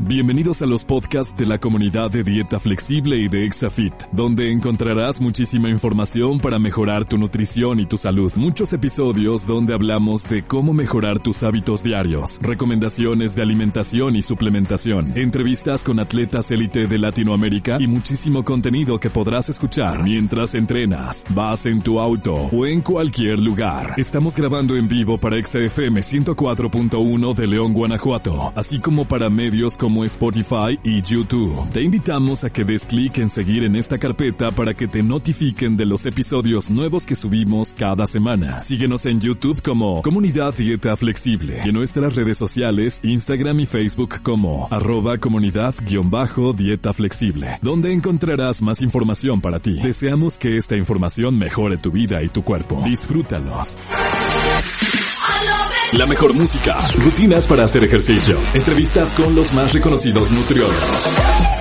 Bienvenidos a los podcasts de la comunidad de Dieta Flexible y de Exafit, donde encontrarás muchísima información para mejorar tu nutrición y tu salud. Muchos episodios donde hablamos de cómo mejorar tus hábitos diarios, recomendaciones de alimentación y suplementación, entrevistas con atletas élite de Latinoamérica y muchísimo contenido que podrás escuchar mientras entrenas, vas en tu auto o en cualquier lugar. Estamos grabando en vivo para XFM 104.1 de León, Guanajuato, así como para medios como Spotify y YouTube. Te invitamos a que des clic en seguir en esta carpeta para que te notifiquen de los episodios nuevos que subimos cada semana. Síguenos en YouTube como Comunidad Dieta Flexible y en nuestras redes sociales, Instagram y Facebook como @comunidad_dieta flexible, donde encontrarás más información para ti. Deseamos que esta información mejore tu vida y tu cuerpo. Disfrútalos. La mejor música, rutinas para hacer ejercicio, entrevistas con los más reconocidos nutriólogos.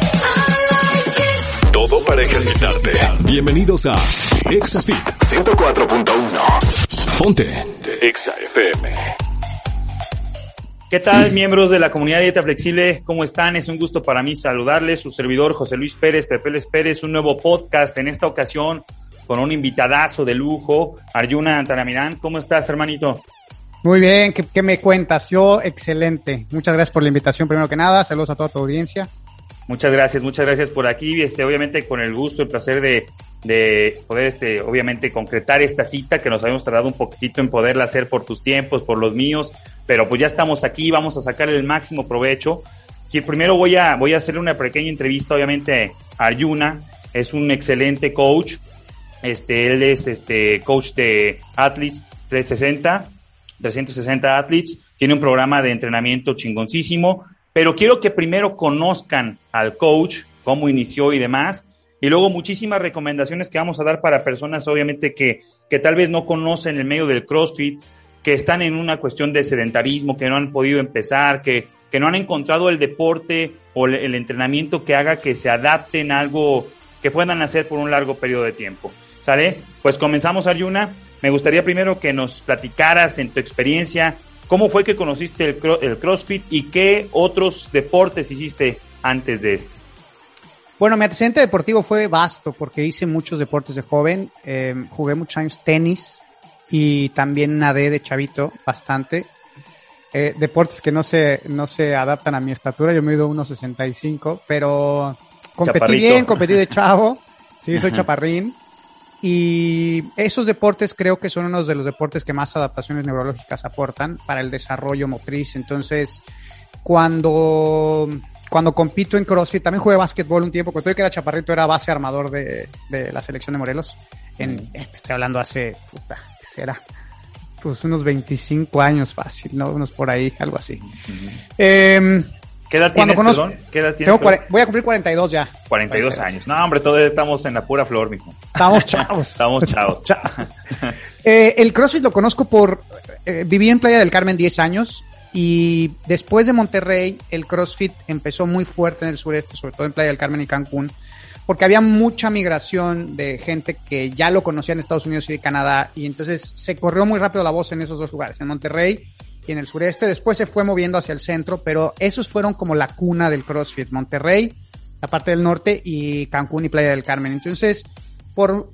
Todo para ejercitarte. Bienvenidos a Exafit 104.1. Ponte Exa FM. ¿Qué tal, miembros de la comunidad Dieta Flexible? ¿Cómo están? Es un gusto para mí saludarles. Su servidor José Luis Pérez, Pepeles Pérez, un nuevo podcast en esta ocasión con un invitadazo de lujo, Arjuna Antanamirán. ¿Cómo estás, hermanito? Muy bien, ¿qué me cuentas? Yo, excelente. Muchas gracias por la invitación, primero que nada. Saludos a toda tu audiencia. Muchas gracias por aquí. Obviamente con el gusto y placer de poder, obviamente concretar esta cita que nos habíamos tardado un poquitito en poderla hacer por tus tiempos, por los míos, pero pues ya estamos aquí, vamos a sacarle el máximo provecho. Y primero voy a hacerle una pequeña entrevista, obviamente, a Arjuna. Es un excelente coach. Él es coach de Athletes 360 Athletes, tiene un programa de entrenamiento chingoncísimo, pero quiero que primero conozcan al coach, cómo inició y demás, y luego muchísimas recomendaciones que vamos a dar para personas, obviamente, que tal vez no conocen el medio del CrossFit, que están en una cuestión de sedentarismo, que no han podido empezar, que no han encontrado el deporte o el entrenamiento que haga que se adapten a algo que puedan hacer por un largo periodo de tiempo. ¿Sale? Pues comenzamos, Arjuna. Me gustaría primero que nos platicaras en tu experiencia cómo fue que conociste el CrossFit y qué otros deportes hiciste antes de este. Bueno, mi antecedente deportivo fue vasto porque hice muchos deportes de joven. Jugué muchos años tenis y también nadé de chavito bastante. Deportes que no se adaptan a mi estatura. Yo mido 1.65, pero competí de chavo. Sí, soy chaparrín. Y esos deportes creo que son uno de los deportes que más adaptaciones neurológicas aportan para el desarrollo motriz. Entonces, cuando compito en CrossFit, también jugué básquetbol un tiempo. Cuando yo que era chaparrito, era base armador de la selección de Morelos. Estoy hablando hace, será, pues unos 25 años fácil, ¿no? Unos por ahí, algo así. ¿Qué edad tienes, perdón? ¿Qué edad tienes? Voy a cumplir 42 ya. 42 años. No, hombre, todos estamos en la pura flor, mijo. Estamos chavos. Estamos chavos. El CrossFit lo conozco viví en Playa del Carmen 10 años y después de Monterrey, el CrossFit empezó muy fuerte en el sureste, sobre todo en Playa del Carmen y Cancún, porque había mucha migración de gente que ya lo conocía en Estados Unidos y de Canadá, y entonces se corrió muy rápido la voz en esos dos lugares, en Monterrey y en el sureste. Después se fue moviendo hacia el centro, pero esos fueron como la cuna del CrossFit: Monterrey, la parte del norte, y Cancún y Playa del Carmen. Entonces, por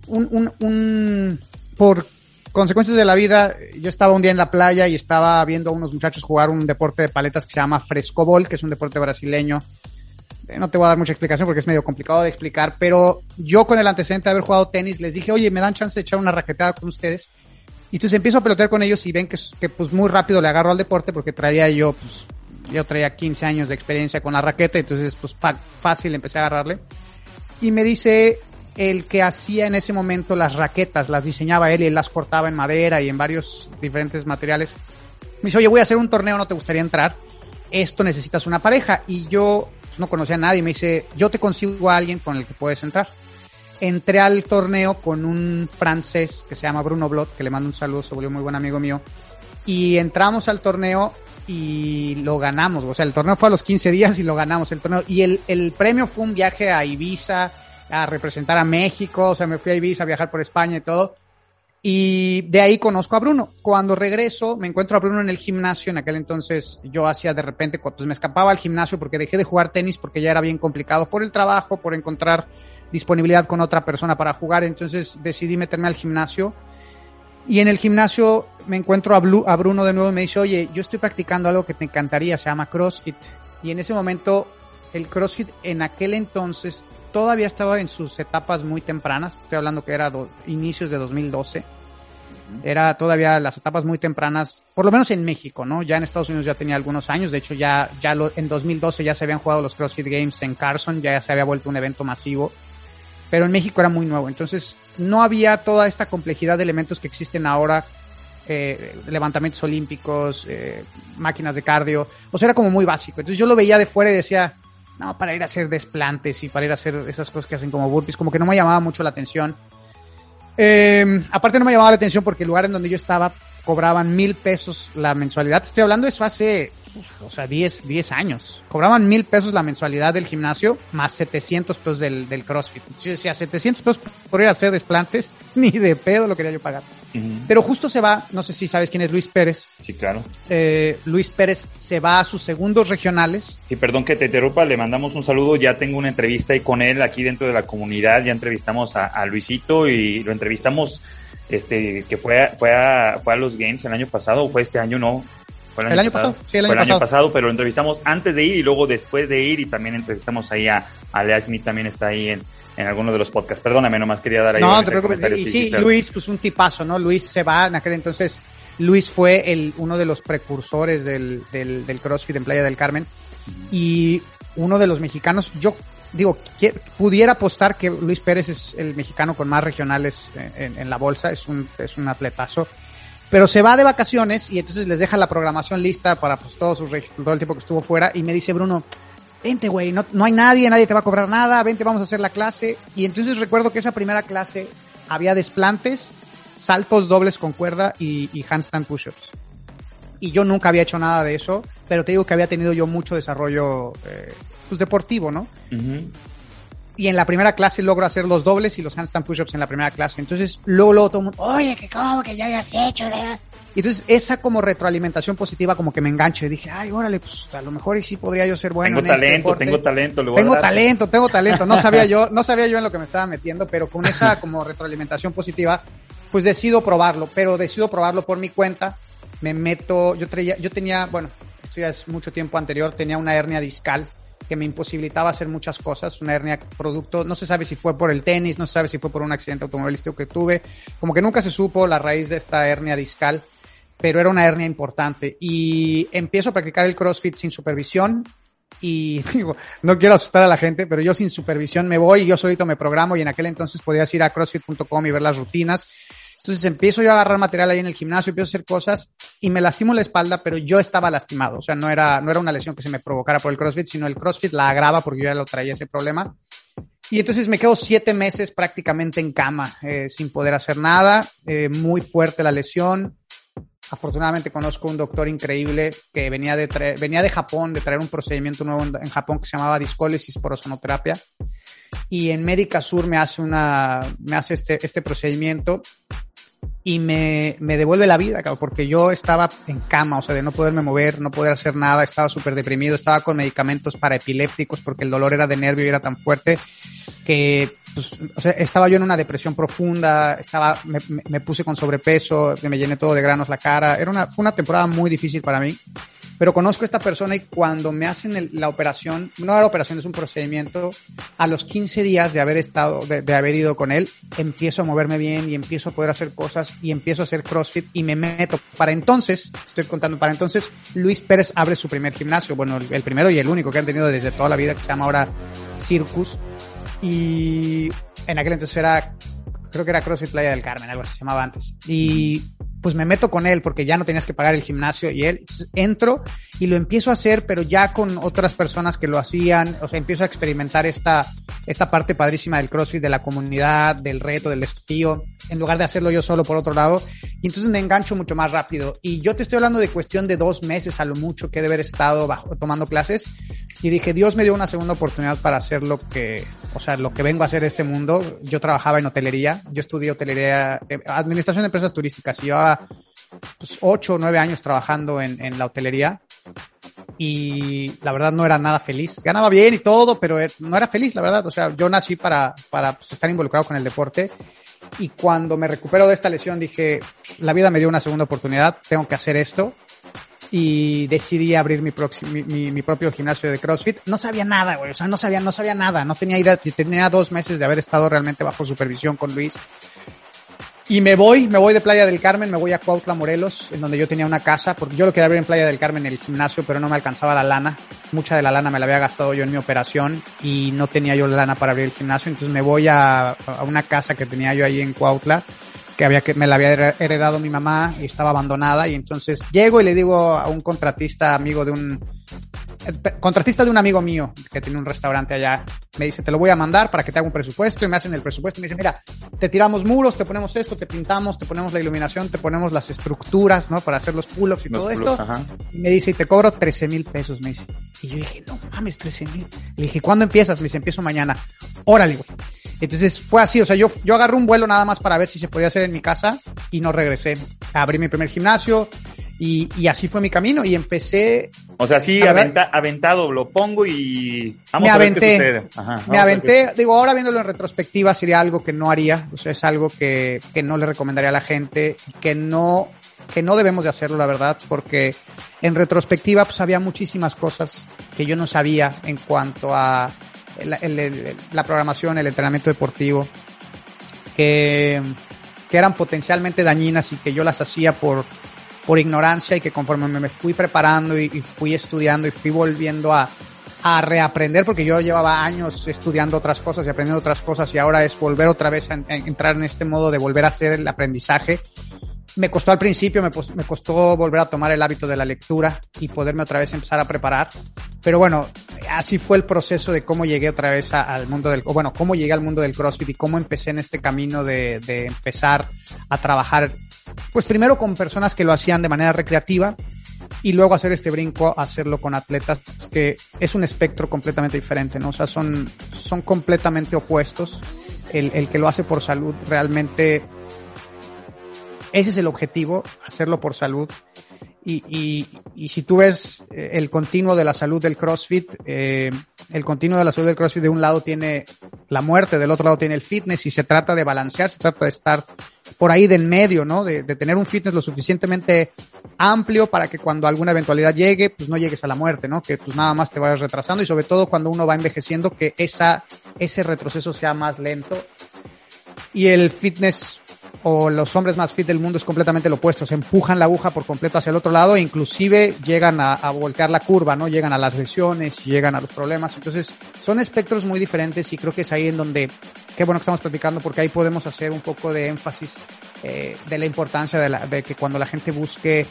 consecuencias de la vida, yo estaba un día en la playa y estaba viendo a unos muchachos jugar un deporte de paletas que se llama frescobol, que es un deporte brasileño. No te voy a dar mucha explicación porque es medio complicado de explicar, pero yo, con el antecedente de haber jugado tenis, les dije, oye, ¿me dan chance de echar una raquetada con ustedes? Y entonces empiezo a pelotear con ellos y ven que pues muy rápido le agarro al deporte, porque yo traía 15 años de experiencia con la raqueta, entonces pues fácil empecé a agarrarle. Y me dice el que hacía en ese momento las raquetas, las diseñaba él y él las cortaba en madera y en varios diferentes materiales. Me dice, oye, voy a hacer un torneo, ¿no te gustaría entrar? Esto necesitas una pareja. Y yo no conocía a nadie, me dice, yo te consigo a alguien con el que puedes entrar. Entré al torneo con un francés que se llama Bruno Blot, que le mando un saludo, se volvió muy buen amigo mío. Y entramos al torneo y lo ganamos. O sea, el torneo fue a los 15 días y lo ganamos el torneo. Y el premio fue un viaje a Ibiza, a representar a México. O sea, me fui a Ibiza a viajar por España y todo. Y de ahí conozco a Bruno. Cuando regreso, me encuentro a Bruno en el gimnasio. En aquel entonces yo hacía de repente, pues me escapaba al gimnasio porque dejé de jugar tenis porque ya era bien complicado por el trabajo, por encontrar disponibilidad con otra persona para jugar. Entonces decidí meterme al gimnasio. Y en el gimnasio me encuentro a Bruno de nuevo y me dice, oye, yo estoy practicando algo que te encantaría, se llama CrossFit. Y en ese momento, el CrossFit en aquel entonces todavía estaba en sus etapas muy tempranas. Estoy hablando que era inicios de 2012. Era todavía las etapas muy tempranas, por lo menos en México, ¿no? Ya en Estados Unidos ya tenía algunos años. De hecho, en 2012 ya se habían jugado los CrossFit Games en Carson, ya se había vuelto un evento masivo. Pero en México era muy nuevo. Entonces, no había toda esta complejidad de elementos que existen ahora, levantamientos olímpicos, máquinas de cardio. O sea, era como muy básico. Entonces, yo lo veía de fuera y decía, no, para ir a hacer desplantes y para ir a hacer esas cosas que hacen como burpees, como que no me llamaba mucho la atención. Aparte no me llamaba la atención porque el lugar en donde yo estaba cobraban $1,000 la mensualidad. Estoy hablando de eso hace, 10 años. Cobraban $1,000 la mensualidad del gimnasio más $700 del CrossFit. Entonces yo decía, $700 por ir a hacer desplantes, ni de pedo lo quería yo pagar. Pero justo se va, no sé si sabes quién es Luis Pérez. Sí, claro. Luis Pérez se va a sus segundos regionales. Y perdón que te interrumpa, le mandamos un saludo. Ya tengo una entrevista ahí con él aquí dentro de la comunidad. Ya entrevistamos a Luisito y lo entrevistamos, que fue a los Games el año pasado, o fue este año, no. Fue el año pasado. Sí, el año pasado, pero lo entrevistamos antes de ir y luego después de ir, y también entrevistamos ahí a Lea Smith, también está ahí en alguno de los podcasts. Perdóname, nomás quería dar ahí. No, te preocupes. Y sí, claro. Luis, pues un tipazo, ¿no? Luis se va, en aquel entonces, Luis fue uno de los precursores del CrossFit en Playa del Carmen, y uno de los mexicanos, yo digo, pudiera apostar que Luis Pérez es el mexicano con más regionales en la bolsa, es un atletazo. Pero se va de vacaciones y entonces les deja la programación lista para pues todo el tiempo que estuvo fuera, y me dice Bruno, vente güey, no hay nadie te va a cobrar nada, vente, vamos a hacer la clase. Y entonces recuerdo que esa primera clase había desplantes, saltos dobles con cuerda y handstand push-ups. Y yo nunca había hecho nada de eso, pero te digo que había tenido yo mucho desarrollo pues deportivo, ¿no? Uh-huh. Y en la primera clase logro hacer los dobles y los handstand push-ups en la primera clase. Entonces, luego todo el mundo, oye, que cómo que ya habías hecho, ¿verdad? Y entonces, esa como retroalimentación positiva como que me engancha. Y dije, ay, órale, pues a lo mejor y sí podría yo ser bueno tengo talento. Tengo talento. No sabía yo en lo que me estaba metiendo, pero con esa como retroalimentación positiva, pues decido probarlo. Pero decido probarlo por mi cuenta. Me meto, yo tenía, bueno, esto ya es mucho tiempo anterior, tenía una hernia discal que me imposibilitaba hacer muchas cosas, una hernia producto, no se sabe si fue por el tenis, no se sabe si fue por un accidente automovilístico que tuve, como que nunca se supo la raíz de esta hernia discal, pero era una hernia importante, y empiezo a practicar el CrossFit sin supervisión, y digo, no quiero asustar a la gente, pero yo sin supervisión me voy y yo solito me programo, y en aquel entonces podías ir a crossfit.com y ver las rutinas. Entonces empiezo yo a agarrar material ahí en el gimnasio, empiezo a hacer cosas y me lastimo la espalda, pero yo estaba lastimado. O sea, no era una lesión que se me provocara por el CrossFit, sino el CrossFit la agrava porque yo ya lo traía ese problema. Y entonces me quedo 7 meses prácticamente en cama, sin poder hacer nada, muy fuerte la lesión. Afortunadamente conozco un doctor increíble que venía de Japón, de traer un procedimiento nuevo en Japón que se llamaba discólisis por ozonoterapia. Y en Médica Sur me hace este procedimiento y me devuelve la vida, cabrón, porque yo estaba en cama, o sea, de no poderme mover, no poder hacer nada, estaba súper deprimido, estaba con medicamentos para epilépticos porque el dolor era de nervio y era tan fuerte que, pues, o sea, estaba yo en una depresión profunda, me puse con sobrepeso, me llené todo de granos la cara, fue una temporada muy difícil para mí. Pero conozco a esta persona y cuando me hacen la operación, no era operación, es un procedimiento, a los 15 días de haber ido con él, empiezo a moverme bien y empiezo a poder hacer cosas y empiezo a hacer CrossFit y me meto. Para entonces, Luis Pérez abre su primer gimnasio, bueno, el primero y el único que han tenido desde toda la vida, que se llama ahora Circus, y en aquel entonces creo que era CrossFit Playa del Carmen, algo así se llamaba antes, y pues me meto con él porque ya no tenías que pagar el gimnasio y entonces entro y lo empiezo a hacer, pero ya con otras personas que lo hacían, o sea, empiezo a experimentar esta esta parte padrísima del CrossFit, de la comunidad, del reto, del desafío, en lugar de hacerlo yo solo por otro lado. Y entonces me engancho mucho más rápido. Y yo te estoy hablando de cuestión de 2 meses a lo mucho que he de haber estado tomando clases. Y dije, Dios me dio una segunda oportunidad para hacer lo que vengo a hacer este mundo. Yo trabajaba en hotelería. Yo estudié hotelería, administración de empresas turísticas. Y llevaba 8 o 9 años trabajando en la hotelería. Y la verdad no era nada feliz. Ganaba bien y todo, pero no era feliz, la verdad. O sea, yo nací para estar involucrado con el deporte. Y cuando me recupero de esta lesión dije, la vida me dio una segunda oportunidad, tengo que hacer esto. Y decidí abrir mi propio gimnasio de CrossFit. No sabía nada, güey. O sea, no sabía nada. No tenía idea. Tenía 2 meses de haber estado realmente bajo supervisión con Luis. Y me voy de Playa del Carmen, me voy a Cuautla, Morelos, en donde yo tenía una casa, porque yo lo quería abrir en Playa del Carmen, en el gimnasio, pero no me alcanzaba la lana. Mucha de la lana me la había gastado yo en mi operación y no tenía yo la lana para abrir el gimnasio. Entonces me voy a una casa que tenía yo ahí en Cuautla, que me la había heredado mi mamá y estaba abandonada. Y entonces llego y le digo a un contratista de un amigo mío que tiene un restaurante allá, me dice, te lo voy a mandar para que te haga un presupuesto. Y me hacen el presupuesto y me dicen, mira, te tiramos muros, te ponemos esto, te pintamos, te ponemos la iluminación, te ponemos las estructuras, ¿no? Para hacer los pull-ups y todo esto. Ajá. Y me dice, y te cobro 13,000 pesos, me dice. Y yo dije, no mames, 13,000. Le dije, ¿cuándo empiezas? Me dice, empiezo mañana. Órale, güey. Entonces fue así, o sea, yo agarré un vuelo nada más para ver si se podía hacer en mi casa y no regresé. Abrí mi primer gimnasio y así fue mi camino y empecé. O sea, sí, aventado, lo pongo y vamos a ver qué sucede. Ajá, me aventé, digo, ahora viéndolo en retrospectiva sería algo que no haría, o sea, es algo que no le recomendaría a la gente, que no debemos de hacerlo, la verdad, porque en retrospectiva pues había muchísimas cosas que yo no sabía en cuanto a la programación, el entrenamiento deportivo, que eran potencialmente dañinas y que yo las hacía por ignorancia, y que conforme me fui preparando y fui estudiando y fui volviendo a reaprender, porque yo llevaba años estudiando otras cosas y aprendiendo otras cosas, y ahora es volver otra vez a entrar en este modo de volver a hacer el aprendizaje. Me costó al principio, me costó volver a tomar el hábito de la lectura y poderme otra vez empezar a preparar. Pero bueno, así fue el proceso de cómo llegué otra vez al mundo cómo llegué al mundo del CrossFit y cómo empecé en este camino de empezar a trabajar, pues primero con personas que lo hacían de manera recreativa y luego hacer este brinco a hacerlo con atletas, que es un espectro completamente diferente, ¿no? O sea, son completamente opuestos. El que lo hace por salud realmente, ese es el objetivo, hacerlo por salud. Y si tú ves el continuo de la salud del CrossFit, el continuo de la salud del CrossFit, de un lado tiene la muerte, del otro lado tiene el fitness, y se trata de balancear, se trata de estar por ahí de en medio, ¿no? De tener un fitness lo suficientemente amplio para que cuando alguna eventualidad llegue, pues no llegues a la muerte, ¿no? Que pues nada más te vayas retrasando, y sobre todo cuando uno va envejeciendo, que ese retroceso sea más lento. Y el fitness, o los hombres más fit del mundo, es completamente lo opuesto. Se empujan la aguja por completo hacia el otro lado e inclusive llegan a voltear la curva, ¿no? Llegan a las lesiones, llegan a los problemas. Entonces, son espectros muy diferentes, y creo que es ahí en donde, qué bueno que estamos platicando, porque ahí podemos hacer un poco de énfasis de la importancia de que cuando la gente busque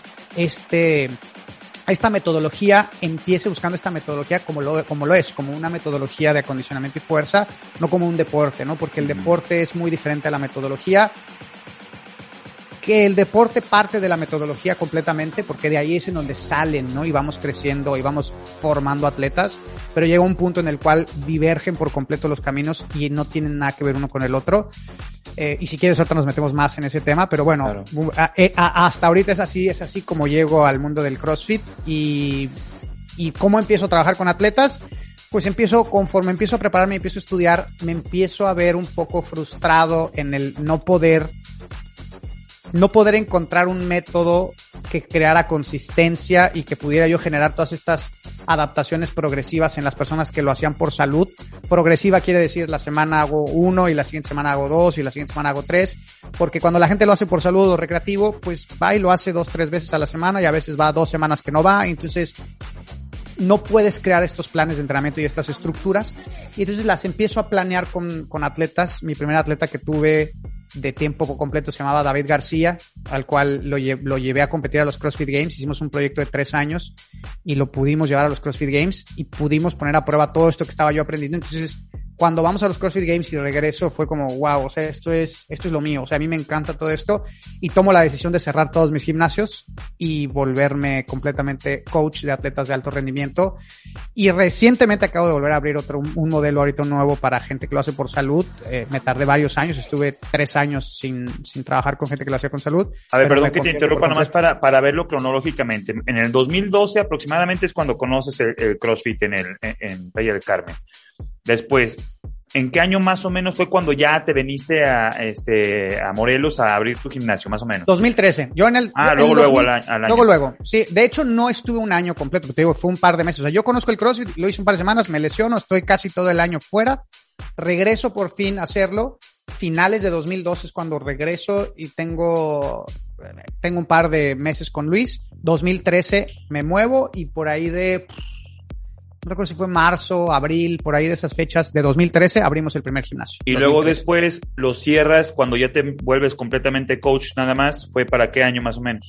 esta metodología, empiece buscando esta metodología como lo es, como una metodología de acondicionamiento y fuerza, no como un deporte, ¿no? Porque el deporte es muy diferente a la metodología. Que el deporte parte de la metodología completamente, porque de ahí es en donde salen, ¿no? Y vamos creciendo y vamos formando atletas, pero llega un punto en el cual divergen por completo los caminos y no tienen nada que ver uno con el otro. Y si quieres, ahorita nos metemos más en ese tema, pero bueno, claro. Hasta ahorita es así como llego al mundo del CrossFit. Y cómo empiezo a trabajar con atletas, pues conforme empiezo a prepararme, empiezo a estudiar, me empiezo a ver un poco frustrado en el no poder encontrar un método que creara consistencia y que pudiera yo generar todas estas adaptaciones progresivas en las personas que lo hacían por salud. Progresiva quiere decir, la semana hago 1 y la siguiente semana hago 2 y la siguiente semana hago 3, porque cuando la gente lo hace por salud o recreativo, pues va y lo hace 2-3 veces a la semana, y a veces va 2 semanas que no va. Entonces no puedes crear estos planes de entrenamiento y estas estructuras, y entonces las empiezo a planear con atletas. Mi primer atleta que tuve de tiempo completo se llamaba David García, al cual lo llevé a competir a los CrossFit Games. Hicimos un proyecto de 3 años y lo pudimos llevar a los CrossFit Games y pudimos poner a prueba todo esto que estaba yo aprendiendo. Entonces cuando vamos a los CrossFit Games y regreso fue como, wow, o sea, esto es lo mío. O sea, a mí me encanta todo esto y tomo la decisión de cerrar todos mis gimnasios y volverme completamente coach de atletas de alto rendimiento. Y recientemente acabo de volver a abrir un modelo ahorita nuevo para gente que lo hace por salud. Me tardé varios años, estuve 3 años sin trabajar con gente que lo hacía con salud. A ver, perdón que te interrumpa nomás para verlo cronológicamente. En el 2012 aproximadamente es cuando conoces el CrossFit en Playa del Carmen. Después, ¿en qué año más o menos fue cuando ya te viniste a Morelos a abrir tu gimnasio, más o menos? 2013. Yo en el... luego al año. Luego. Sí, de hecho no estuve un año completo, te digo, fue un par de meses. O sea, yo conozco el CrossFit, lo hice un par de semanas, me lesiono, estoy casi todo el año fuera. Regreso por fin a hacerlo. Finales de 2012 es cuando regreso y tengo un par de meses con Luis. 2013 me muevo y por ahí de... No recuerdo si fue marzo, abril, por ahí de esas fechas de 2013 abrimos el primer gimnasio. Y 2013. Luego después lo cierras cuando ya te vuelves completamente coach nada más. ¿Fue para qué año más o menos?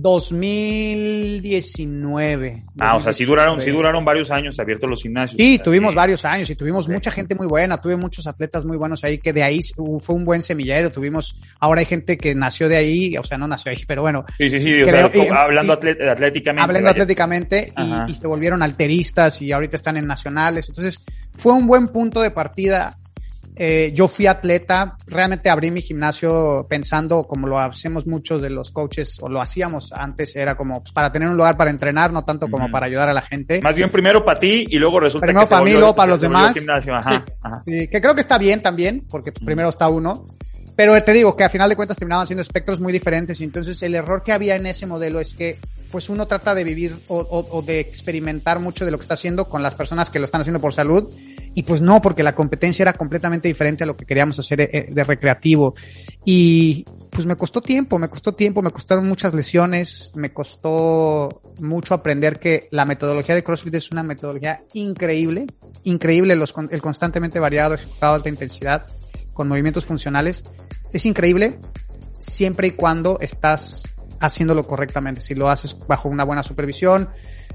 2019. O sea, sí duraron varios años abiertos los gimnasios. Sí, tuvimos varios años y tuvimos mucha gente muy buena, tuve muchos atletas muy buenos ahí que de ahí fue un buen semillero, ahora hay gente que nació de ahí, o sea, no nació ahí, pero bueno. Sí, hablando atléticamente. Hablando atléticamente y se volvieron alteristas y ahorita están en nacionales, entonces fue un buen punto de partida. Yo fui atleta, realmente abrí mi gimnasio pensando como lo hacemos muchos de los coaches o lo hacíamos antes, era como pues, para tener un lugar para entrenar, no tanto como para ayudar a la gente. Más bien primero para ti y luego resulta primero que para mí, luego para los demás. Ajá. Sí, que creo que está bien también, porque primero está uno. Pero te digo que a final de cuentas terminaban siendo espectros muy diferentes y entonces el error que había en ese modelo es que pues uno trata de vivir o de experimentar mucho de lo que está haciendo con las personas que lo están haciendo por salud y pues no, porque la competencia era completamente diferente a lo que queríamos hacer de recreativo y pues me costó tiempo, me costaron muchas lesiones, me costó mucho aprender que la metodología de CrossFit es una metodología increíble, el constantemente variado, ejecutado a alta intensidad con movimientos funcionales, es increíble siempre y cuando estás haciéndolo correctamente, si lo haces bajo una buena supervisión,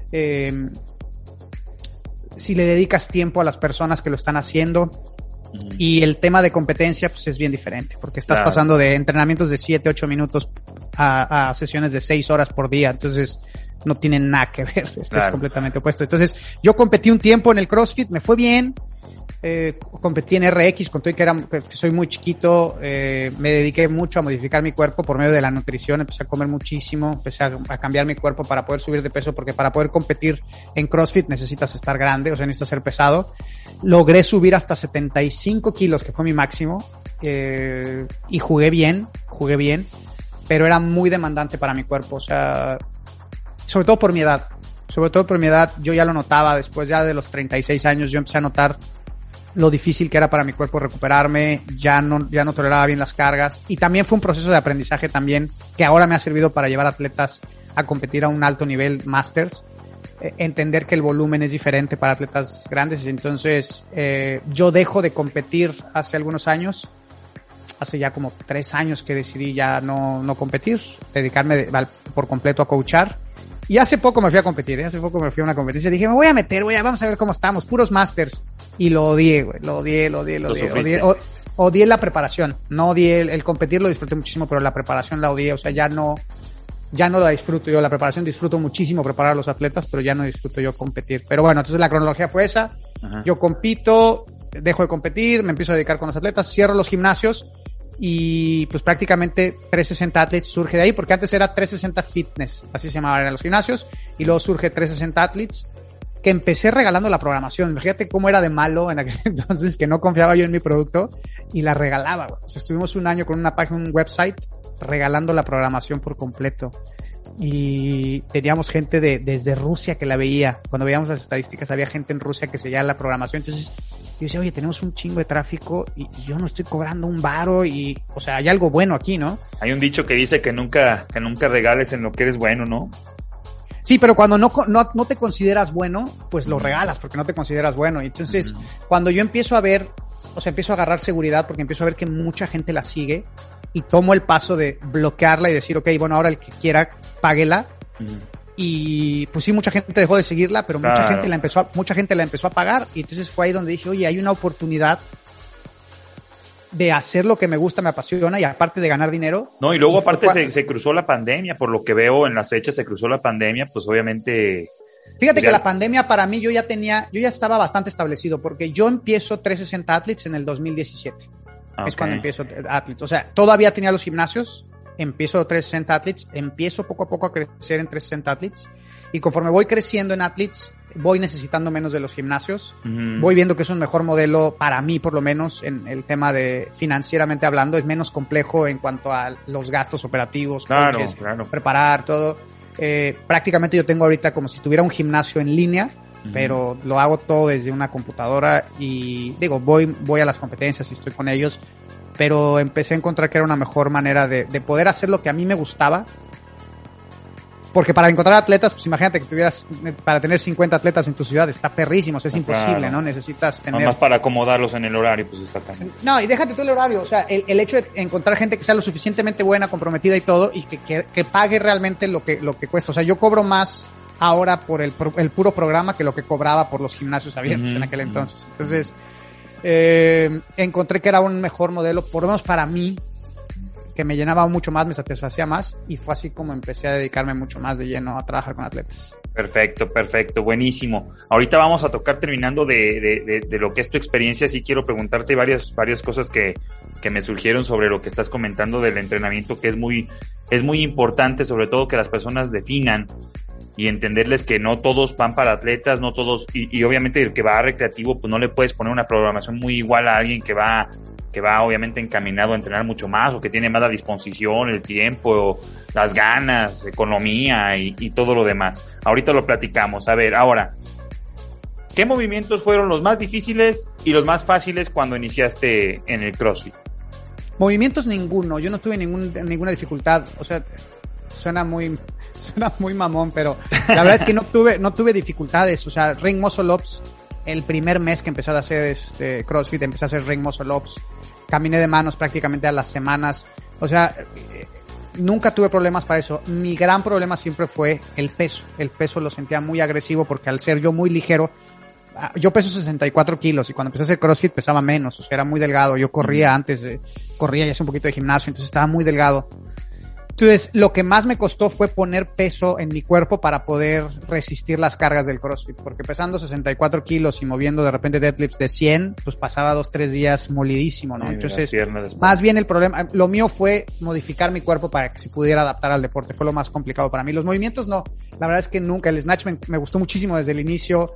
si le dedicas tiempo a las personas que lo están haciendo, y el tema de competencia pues es bien diferente, porque estás pasando de entrenamientos de 7-8 minutos a sesiones de 6 horas por día, entonces no tienen nada que ver, es completamente opuesto. Entonces yo competí un tiempo en el CrossFit, me fue bien, competí en RX, con todo que soy muy chiquito, me dediqué mucho a modificar mi cuerpo por medio de la nutrición, empecé a comer muchísimo, empecé a cambiar mi cuerpo para poder subir de peso, porque para poder competir en CrossFit necesitas estar grande, o sea, necesitas ser pesado. Logré subir hasta 75 kilos, que fue mi máximo, y jugué bien, pero era muy demandante para mi cuerpo, o sea, sobre todo por mi edad, yo ya lo notaba, después ya de los 36 años yo empecé a notar lo difícil que era para mi cuerpo recuperarme, ya no toleraba bien las cargas y también fue un proceso de aprendizaje también que ahora me ha servido para llevar atletas a competir a un alto nivel Masters, entender que el volumen es diferente para atletas grandes, entonces yo dejo de competir hace algunos años, hace ya como 3 años que decidí ya no competir, dedicarme por completo a coachar. Y hace poco me fui a competir, hace poco me fui a una competencia, dije, me voy a meter, vamos a ver cómo estamos, puros Masters. Y lo odié, güey, lo odié la preparación, no odié el competir, lo disfruté muchísimo, pero la preparación la odié, o sea, ya no la disfruto yo, la preparación disfruto muchísimo preparar a los atletas, pero ya no disfruto yo competir. Pero bueno, entonces la cronología fue esa, yo compito, dejo de competir, me empiezo a dedicar con los atletas, cierro los gimnasios, y pues prácticamente 360 Athletes surge de ahí, porque antes era 360 Fitness, así se llamaban los gimnasios, y luego surge 360 Athletes, que empecé regalando la programación. Fíjate cómo era de malo en aquel entonces, que no confiaba yo en mi producto, y la regalaba, güey. O sea, estuvimos un año con una página, un website, regalando la programación por completo. Y teníamos gente desde Rusia que la veía. Cuando veíamos las estadísticas, había gente en Rusia que seguía la programación. Entonces yo decía, oye, tenemos un chingo de tráfico y yo no estoy cobrando un varo y, o sea, hay algo bueno aquí, ¿no? Hay un dicho que dice que nunca regales en lo que eres bueno, ¿no? Sí, pero cuando no te consideras bueno, pues lo regalas porque no te consideras bueno. Y entonces, cuando yo empiezo a ver, o sea, empiezo a agarrar seguridad porque empiezo a ver que mucha gente la sigue y tomo el paso de bloquearla y decir, ok, bueno, ahora el que quiera, páguela. Y pues sí, mucha gente dejó de seguirla, pero mucha gente la empezó a pagar. Y entonces fue ahí donde dije, oye, hay una oportunidad de hacer lo que me gusta, me apasiona, y aparte de ganar dinero. No, y luego aparte se cruzó la pandemia, por lo que veo en las fechas se cruzó la pandemia, pues obviamente. Fíjate que la pandemia para mí yo ya estaba bastante establecido, porque yo empiezo 360 Athletes en el 2017. Okay. Es cuando empiezo Athletes. O sea, todavía tenía los gimnasios, empiezo 360 Athletes, empiezo poco a poco a crecer en 360 Athletes, y conforme voy creciendo en Athletes, voy necesitando menos de los gimnasios. Voy viendo que es un mejor modelo para mí, por lo menos en el tema de financieramente hablando, es menos complejo en cuanto a los gastos operativos, coaches, preparar todo. Prácticamente yo tengo ahorita como si tuviera un gimnasio en línea, pero lo hago todo desde una computadora, y digo, voy a las competencias y estoy con ellos, pero empecé a encontrar que era una mejor manera de poder hacer lo que a mí me gustaba. Porque para encontrar atletas, pues imagínate que para tener 50 atletas en tu ciudad está perrísimo, o sea, es imposible, ¿no? Necesitas tener... Además para acomodarlos en el horario, pues está también. No, y déjate tú el horario, o sea, el hecho de encontrar gente que sea lo suficientemente buena, comprometida y todo, y que pague realmente lo que cuesta. O sea, yo cobro más ahora por el puro programa que lo que cobraba por los gimnasios abiertos en aquel entonces. Entonces, encontré que era un mejor modelo, por lo menos para mí, que me llenaba mucho más, me satisfacía más, y fue así como empecé a dedicarme mucho más de lleno a trabajar con atletas. Perfecto, buenísimo. Ahorita vamos a tocar, terminando de lo que es tu experiencia, sí quiero preguntarte varias cosas que me surgieron sobre lo que estás comentando del entrenamiento, que es muy importante, sobre todo que las personas definan y entenderles que no todos van para atletas, no todos, y obviamente el que va a recreativo, pues no le puedes poner una programación muy igual a alguien que va obviamente encaminado a entrenar mucho más, o que tiene más la disposición, el tiempo, las ganas, economía y todo lo demás. Ahorita lo platicamos. A ver, ahora, ¿qué movimientos fueron los más difíciles y los más fáciles cuando iniciaste en el CrossFit? Movimientos ninguno, yo no tuve ninguna dificultad, o sea, suena muy mamón, pero la verdad es que no tuve dificultades. O sea, ring muscle ups, el primer mes que empecé a hacer CrossFit, empecé a hacer ring muscle ups, caminé de manos prácticamente a las semanas. O sea, nunca tuve problemas para eso. Mi gran problema siempre fue el peso. El peso lo sentía muy agresivo, porque al ser yo muy ligero, yo peso 64 kilos, y cuando empecé a hacer CrossFit pesaba menos, o sea, era muy delgado. Yo corría corría y hacía un poquito de gimnasio, entonces estaba muy delgado. Entonces, lo que más me costó fue poner peso en mi cuerpo para poder resistir las cargas del CrossFit, porque pesando 64 kilos y moviendo de repente deadlifts de 100, pues pasaba 2-3 días molidísimo, ¿no? Entonces, más bien el problema, lo mío fue modificar mi cuerpo para que se pudiera adaptar al deporte, fue lo más complicado para mí. Los movimientos no, la verdad es que nunca. El snatch me gustó muchísimo desde el inicio.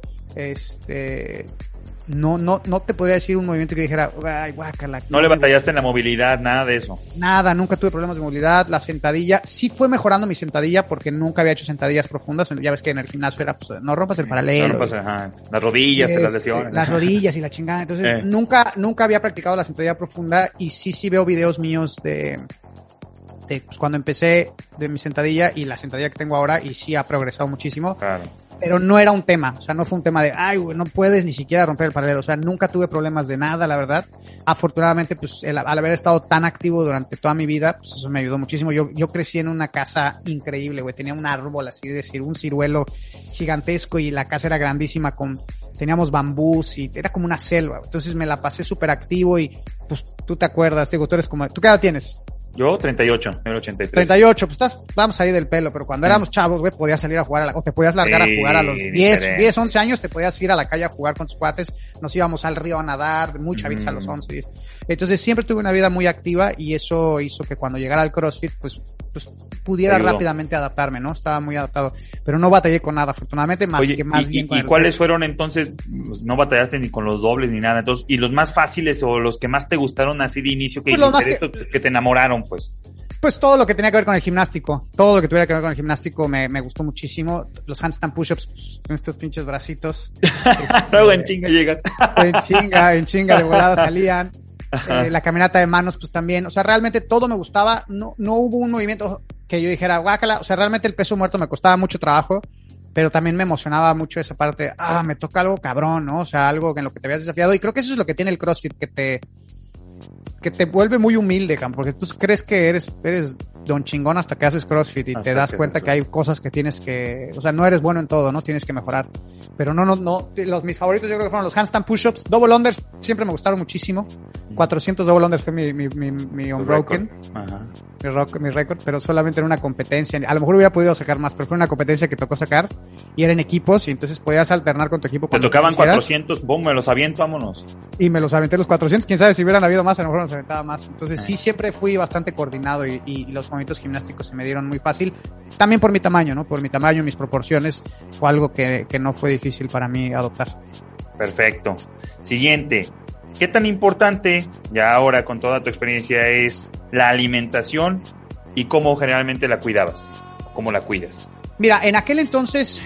No te podría decir un movimiento que dijera, ay, guácala. No le batallaste en la movilidad, nada de eso. Nada, nunca tuve problemas de movilidad. La sentadilla, sí fue mejorando mi sentadilla, porque nunca había hecho sentadillas profundas. Ya ves que en el gimnasio era, pues, no rompas el paralelo. No rompas, las rodillas, te las lesiones. Las rodillas y la chingada. Entonces, nunca había practicado la sentadilla profunda, y sí veo videos míos de pues, cuando empecé, de mi sentadilla y la sentadilla que tengo ahora, y sí ha progresado muchísimo. Claro. Pero no era un tema, o sea, no fue un tema de, ay, güey, no puedes ni siquiera romper el paralelo. O sea, nunca tuve problemas de nada, la verdad. Afortunadamente, pues, al haber estado tan activo durante toda mi vida, pues eso me ayudó muchísimo. Yo crecí en una casa increíble, güey. Tenía un árbol, así de decir, un ciruelo gigantesco, y la casa era grandísima, teníamos bambús, y era como una selva. Entonces me la pasé súper activo, y pues tú te acuerdas, digo, ¿tú qué edad tienes? Yo, 38, el 83. 38, pues vamos ahí del pelo, pero cuando éramos chavos, güey, podías salir a jugar o te podías largar a jugar a los 10, 11 años, te podías ir a la calle a jugar con tus cuates. Nos íbamos al río a nadar, muy chavitos a los 11, 10. Entonces siempre tuve una vida muy activa, y eso hizo que cuando llegara al CrossFit, pues pudiera rápidamente adaptarme, ¿no? Estaba muy adaptado, pero no batallé con nada, afortunadamente, más bien con ¿Y cuáles fueron entonces? Pues, no batallaste ni con los dobles ni nada, entonces, ¿y los más fáciles o los que más te gustaron así de inicio, que te enamoraron, pues? Pues todo lo que tenía que ver con el gimnástico, todo lo que tuviera que ver con el gimnástico me gustó muchísimo. Los handstand push-ups, pues, con estos pinches bracitos. Luego en chinga llegas. En chinga de volada salían. La caminata de manos, pues también. O sea, realmente todo me gustaba. No hubo un movimiento que yo dijera, guácala. O sea, realmente el peso muerto me costaba mucho trabajo, pero también me emocionaba mucho esa parte. Me toca algo cabrón, ¿no? O sea, algo en lo que te habías desafiado. Y creo que eso es lo que tiene el CrossFit, que que te vuelve muy humilde, porque tú crees que eres don chingón hasta que haces CrossFit y te das cuenta que hay cosas que tienes que, o sea, no eres bueno en todo, ¿no? Tienes que mejorar. Pero no, mis favoritos yo creo que fueron los handstand push-ups, double unders, siempre me gustaron muchísimo. 400 double unders fue mi unbroken. Ajá. Mi récord, pero solamente era una competencia. A lo mejor hubiera podido sacar más, pero fue una competencia que tocó sacar y era en equipos y entonces podías alternar con tu equipo. Te tocaban 400, boom, me los aviento, vámonos. Y me los aventé los 400, quién sabe si hubieran habido más, a lo mejor nos aventaba más. Entonces sí, siempre fui bastante coordinado y los movimientos gimnásticos se me dieron muy fácil. También por mi tamaño, ¿no? Por mi tamaño, mis proporciones, fue algo que no fue difícil para mí adoptar. Perfecto. Siguiente. ¿Qué tan importante, ya ahora con toda tu experiencia, es la alimentación y cómo generalmente la cuidabas? ¿Cómo la cuidas? Mira, en aquel entonces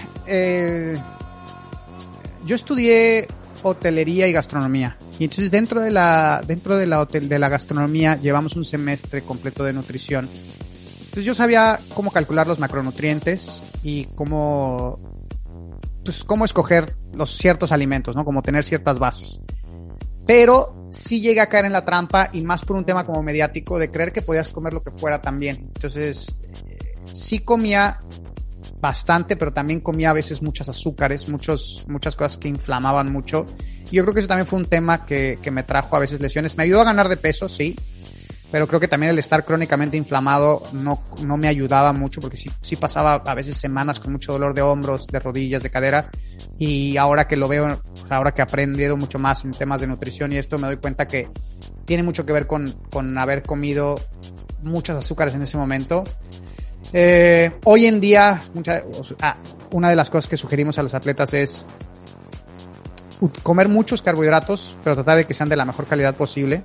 yo estudié hotelería y gastronomía. Y entonces dentro de la gastronomía llevamos un semestre completo de nutrición. Entonces yo sabía cómo calcular los macronutrientes y cómo escoger los ciertos alimentos, ¿no? Como tener ciertas bases. Pero sí llegué a caer en la trampa y más por un tema como mediático de creer que podías comer lo que fuera también. Entonces sí comía bastante, pero también comía a veces muchas azúcares, muchas cosas que inflamaban mucho. Y yo creo que eso también fue un tema que me trajo a veces lesiones. Me ayudó a ganar de peso, sí, pero creo que también el estar crónicamente inflamado no me ayudaba mucho porque sí pasaba a veces semanas con mucho dolor de hombros, de rodillas, de cadera. Y ahora que lo veo, ahora que he aprendido mucho más en temas de nutrición y esto, me doy cuenta que tiene mucho que ver con haber comido muchas azúcares en ese momento. Hoy en día, una de las cosas que sugerimos a los atletas es comer muchos carbohidratos, pero tratar de que sean de la mejor calidad posible.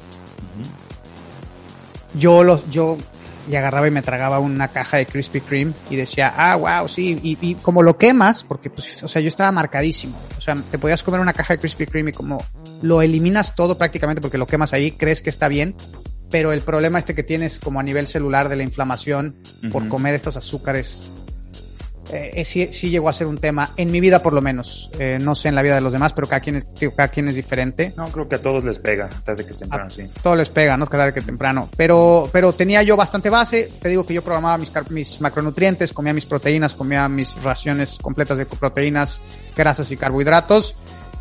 Yo agarraba y me tragaba una caja de Krispy Kreme y decía, wow, sí, y como lo quemas, porque pues, o sea, yo estaba marcadísimo, o sea, te podías comer una caja de Krispy Kreme y como lo eliminas todo prácticamente porque lo quemas ahí, crees que está bien, pero el problema que tienes como a nivel celular de la inflamación por comer estos azúcares, sí llegó a ser un tema en mi vida por lo menos, no sé en la vida de los demás, pero cada quien es diferente. No, creo que a todos les pega, tarde que temprano, sí. Todos les pega, ¿no? Tarde que temprano, pero tenía yo bastante base, te digo que yo programaba mis macronutrientes, comía mis proteínas, comía mis raciones completas de proteínas, grasas y carbohidratos,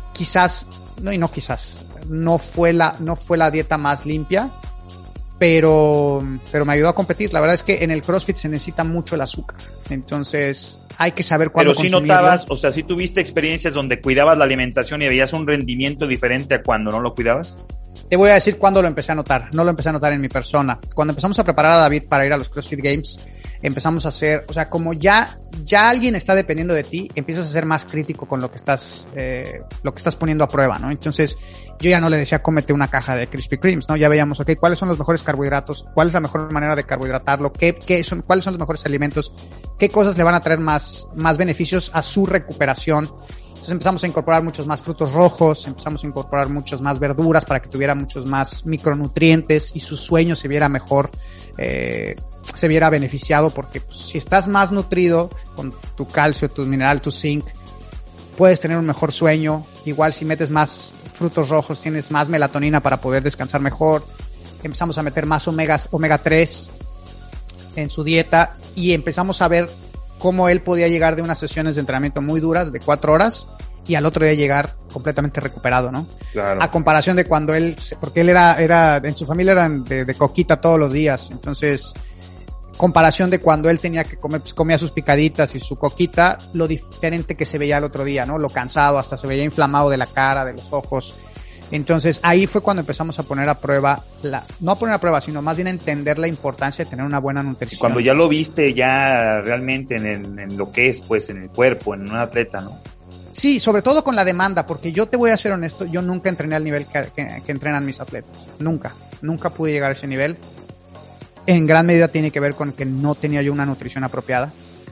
no fue la dieta más limpia, pero me ayudó a competir. La verdad es que en el CrossFit se necesita mucho el azúcar, entonces hay que saber cuándo consumirlo. Pero si notabas, o sea, si tuviste experiencias donde cuidabas la alimentación y veías un rendimiento diferente a cuando no lo cuidabas. Te voy a decir cuándo lo empecé a notar. No lo empecé a notar en mi persona. Cuando empezamos a preparar a David para ir a los CrossFit Games, empezamos a hacer, o sea, como ya alguien está dependiendo de ti, empiezas a ser más crítico con lo que estás poniendo a prueba, ¿no? Entonces, yo ya no le decía, cómete una caja de Krispy Kremes, ¿no? Ya veíamos, okay, ¿cuáles son los mejores carbohidratos? ¿Cuál es la mejor manera de carbohidratarlo? ¿Cuáles son los mejores alimentos? ¿Qué cosas le van a traer más beneficios a su recuperación? Entonces empezamos a incorporar muchos más frutos rojos, empezamos a incorporar muchas más verduras para que tuviera muchos más micronutrientes y su sueño se viera mejor, se viera beneficiado, porque pues, si estás más nutrido con tu calcio, tu mineral, tu zinc, puedes tener un mejor sueño. Igual si metes más frutos rojos, tienes más melatonina para poder descansar mejor. Empezamos a meter más omega 3 en su dieta y empezamos a ver cómo él podía llegar de unas sesiones de entrenamiento muy duras de 4 horas y al otro día llegar completamente recuperado, ¿no? Claro. A comparación de cuando porque él era en su familia eran de coquita todos los días, entonces comparación de cuando él tenía que comer, pues comía sus picaditas y su coquita, lo diferente que se veía el otro día, ¿no? Lo cansado, hasta se veía inflamado de la cara, de los ojos. Entonces ahí fue cuando empezamos a poner a prueba, no a poner a prueba, sino más bien a entender la importancia de tener una buena nutrición. Cuando ya lo viste ya realmente en lo que es, pues, en el cuerpo, en un atleta, ¿no? Sí, sobre todo con la demanda, porque yo te voy a ser honesto, yo nunca entrené al nivel que entrenan mis atletas. Nunca pude llegar a ese nivel. En gran medida tiene que ver con que no tenía yo una nutrición apropiada.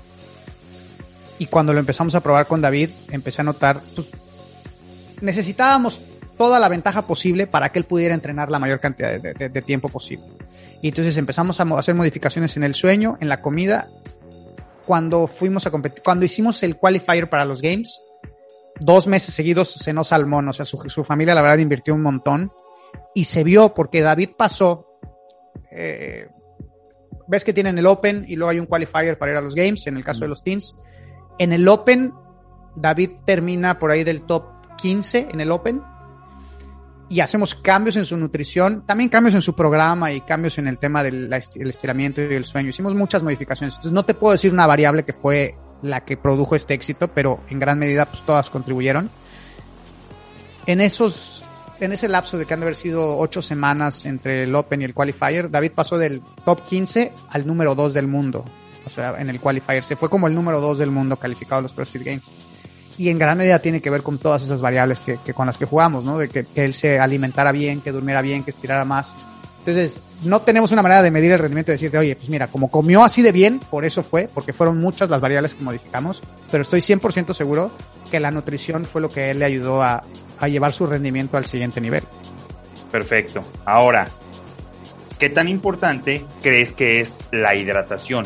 Y cuando lo empezamos a probar con David, empecé a notar, pues, necesitábamos toda la ventaja posible para que él pudiera entrenar la mayor cantidad de tiempo posible. Y entonces empezamos a hacer modificaciones en el sueño, en la comida. Cuando fuimos a competir, cuando hicimos el qualifier para los Games, 2 meses seguidos cenó salmón, o sea, su familia la verdad invirtió un montón Y se vio porque David pasó, ves que tienen el Open y luego hay un qualifier para ir a los Games, en el caso de los teens. En el Open, David termina por ahí del top 15 en el Open y hacemos cambios en su nutrición, también cambios en su programa y cambios en el tema del estiramiento y el sueño. Hicimos muchas modificaciones. Entonces no te puedo decir una variable que fue la que produjo este éxito, pero en gran medida pues todas contribuyeron. En ese lapso de que han de haber sido 8 semanas entre el Open y el Qualifier, David pasó del top 15 al número 2 del mundo. O sea, en el Qualifier se fue como el número 2 del mundo calificado a los CrossFit Games. Y en gran medida tiene que ver con todas esas variables que con las que jugamos, ¿no? De que él se alimentara bien, que durmiera bien, que estirara más. Entonces, no tenemos una manera de medir el rendimiento y decirte, oye, pues mira, como comió así de bien, por eso fue, porque fueron muchas las variables que modificamos, pero estoy 100% seguro que la nutrición fue lo que él le ayudó a llevar su rendimiento al siguiente nivel. Perfecto. Ahora, ¿qué tan importante crees que es la hidratación?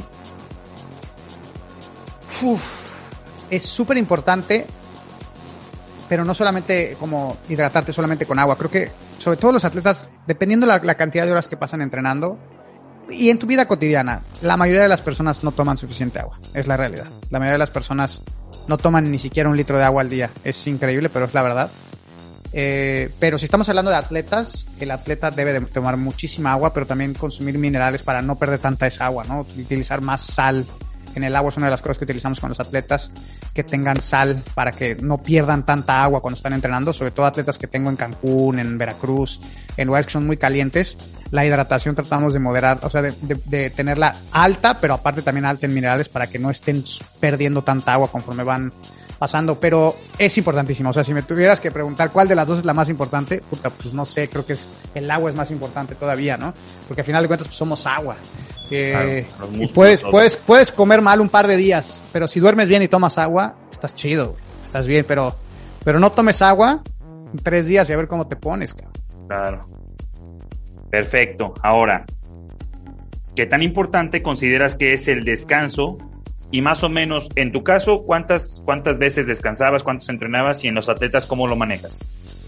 Es súper importante, pero no solamente como hidratarte solamente con agua. Creo que sobre todo los atletas, dependiendo la cantidad de horas que pasan entrenando y en tu vida cotidiana, la mayoría de las personas no toman suficiente agua. Es la realidad. La mayoría de las personas no toman ni siquiera 1 litro de agua al día. Es increíble, pero es la verdad. Pero si estamos hablando de atletas, el atleta debe de tomar muchísima agua, pero también consumir minerales para no perder tanta esa agua, ¿no? Utilizar más sal en el agua es una de las cosas que utilizamos con los atletas, que tengan sal para que no pierdan tanta agua cuando están entrenando, sobre todo atletas que tengo en Cancún, en Veracruz, en lugares que son muy calientes. La hidratación tratamos de moderar, o sea, de tenerla alta, pero aparte también alta en minerales para que no estén perdiendo tanta agua conforme van pasando, pero es importantísimo. O sea, si me tuvieras que preguntar cuál de las dos es la más importante, pues no sé, creo que el agua es más importante todavía, ¿no? Porque al final de cuentas pues somos agua. Claro, y puedes comer mal un par de días, pero si duermes bien y tomas agua, estás chido, estás bien, pero no tomes agua en 3 días y a ver cómo te pones, cabrón. Claro. Perfecto. Ahora, ¿qué tan importante consideras que es el descanso? Y más o menos, en tu caso, ¿cuántas veces descansabas, cuántos entrenabas y en los atletas cómo lo manejas?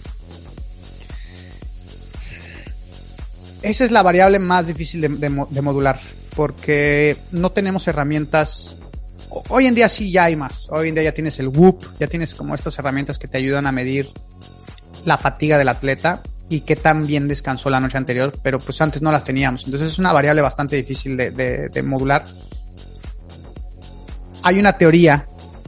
Esa es la variable más difícil de modular, porque no tenemos herramientas. Hoy en día sí ya hay más. Hoy en día ya tienes el Whoop, ya tienes como estas herramientas que te ayudan a medir la fatiga del atleta y qué tan bien descansó la noche anterior, pero pues antes no las teníamos. Entonces es una variable bastante difícil de modular. Hay una teoría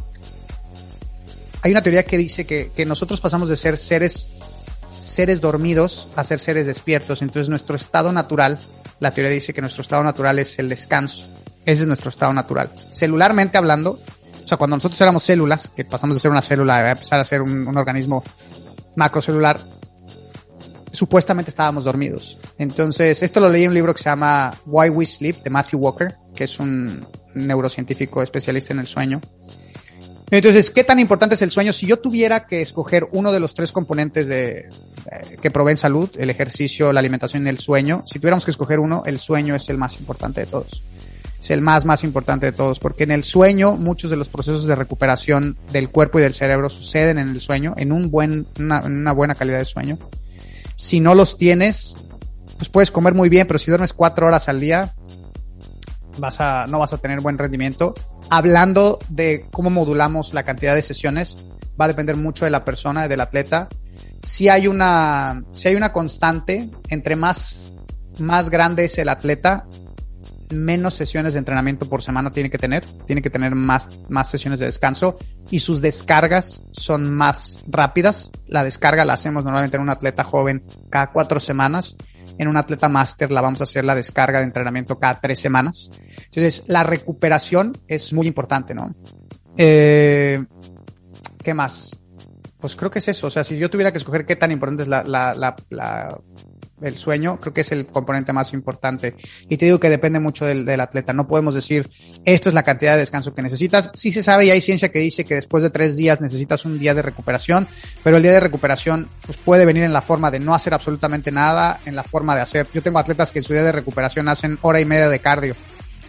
que dice que nosotros pasamos de ser seres dormidos a ser seres despiertos. Entonces nuestro estado natural, la teoría dice que nuestro estado natural es el descanso. Ese es nuestro estado natural. Celularmente hablando, o sea, cuando nosotros éramos células, que pasamos de ser una célula a empezar a ser un organismo macrocelular, supuestamente estábamos dormidos. Entonces, esto lo leí en un libro que se llama Why We Sleep, de Matthew Walker, que es un neurocientífico especialista en el sueño. Entonces, ¿qué tan importante es el sueño? Si yo tuviera que escoger uno de los 3 componentes que proveen salud, el ejercicio, la alimentación y el sueño, si tuviéramos que escoger uno, el sueño es el más importante de todos. Es el más importante de todos, porque en el sueño muchos de los procesos de recuperación del cuerpo y del cerebro suceden en el sueño, en una buena calidad de sueño. Si no los tienes, pues puedes comer muy bien, pero si duermes 4 horas al día, no vas a tener buen rendimiento. Hablando de cómo modulamos la cantidad de sesiones, va a depender mucho de la persona, del atleta. Si hay una constante, entre más grande es el atleta, menos sesiones de entrenamiento por semana tiene que tener más sesiones de descanso y sus descargas son más rápidas. La descarga la hacemos normalmente en un atleta joven cada 4 semanas. En un atleta máster la vamos a hacer la descarga de entrenamiento cada 3 semanas. Entonces, la recuperación es muy importante, ¿no? ¿Qué más? Pues creo que es eso. O sea, si yo tuviera que escoger qué tan importante es el sueño, creo que es el componente más importante. Y te digo que depende mucho del atleta. No podemos decir, esto es la cantidad de descanso que necesitas. Sí se sabe y hay ciencia que dice que después de 3 días necesitas un día de recuperación, pero el día de recuperación pues puede venir en la forma de no hacer absolutamente nada, en la forma de hacer. Yo tengo atletas que en su día de recuperación hacen 1 hora y media de cardio.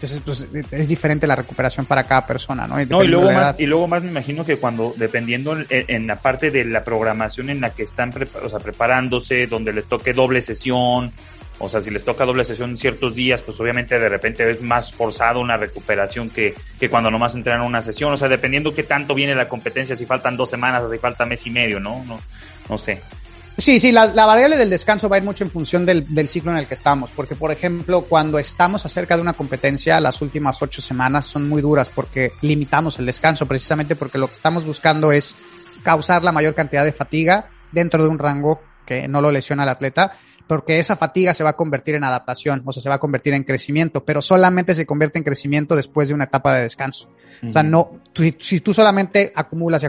Entonces, pues, es diferente la recuperación para cada persona, ¿no? Y luego más me imagino que cuando, dependiendo en la parte de la programación en la que están preparándose, donde les toque doble sesión, o sea, si les toca doble sesión ciertos días, pues obviamente de repente es más forzado una recuperación que cuando nomás entrenan una sesión, o sea, dependiendo qué tanto viene la competencia, si faltan 2 semanas, o si falta mes y medio, ¿no? No sé. Sí, la variable del descanso va a ir mucho en función del ciclo en el que estamos, porque por ejemplo, cuando estamos acerca de una competencia, las últimas 8 semanas son muy duras porque limitamos el descanso, precisamente porque lo que estamos buscando es causar la mayor cantidad de fatiga dentro de un rango que no lo lesiona al atleta, porque esa fatiga se va a convertir en adaptación, o sea, se va a convertir en crecimiento, pero solamente se convierte en crecimiento después de una etapa de descanso. Uh-huh. O sea, no, si tú solamente acumulas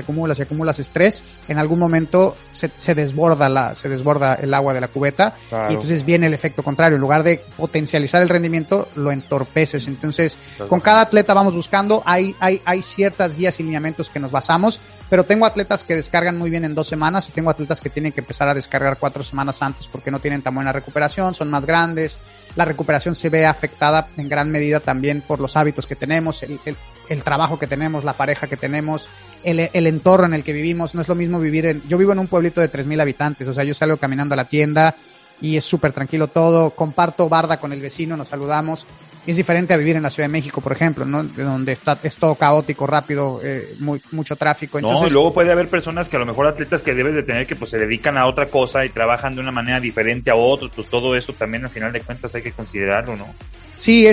estrés, en algún momento se desborda el agua de la cubeta, claro. Y entonces viene el efecto contrario. En lugar de potencializar el rendimiento, lo entorpeces. Entonces, claro. Con cada atleta vamos buscando, hay ciertas guías y lineamientos que nos basamos, pero tengo atletas que descargan muy bien en 2 semanas y tengo atletas que tienen que empezar a descargar 4 semanas antes porque no tienen tan buena recuperación, son más grandes. La recuperación se ve afectada en gran medida también por los hábitos que tenemos, el trabajo que tenemos, la pareja que tenemos, el entorno en el que vivimos. No es lo mismo yo vivo en un pueblito de 3,000 habitantes, o sea, yo salgo caminando a la tienda y es súper tranquilo todo, comparto barda con el vecino, nos saludamos. Es diferente a vivir en la Ciudad de México, por ejemplo, ¿no? Donde es todo caótico, rápido, mucho tráfico. Entonces, no, y luego puede haber personas que a lo mejor atletas que debes de tener que pues se dedican a otra cosa y trabajan de una manera diferente a otros, pues todo eso también al final de cuentas hay que considerarlo, ¿no? Sí,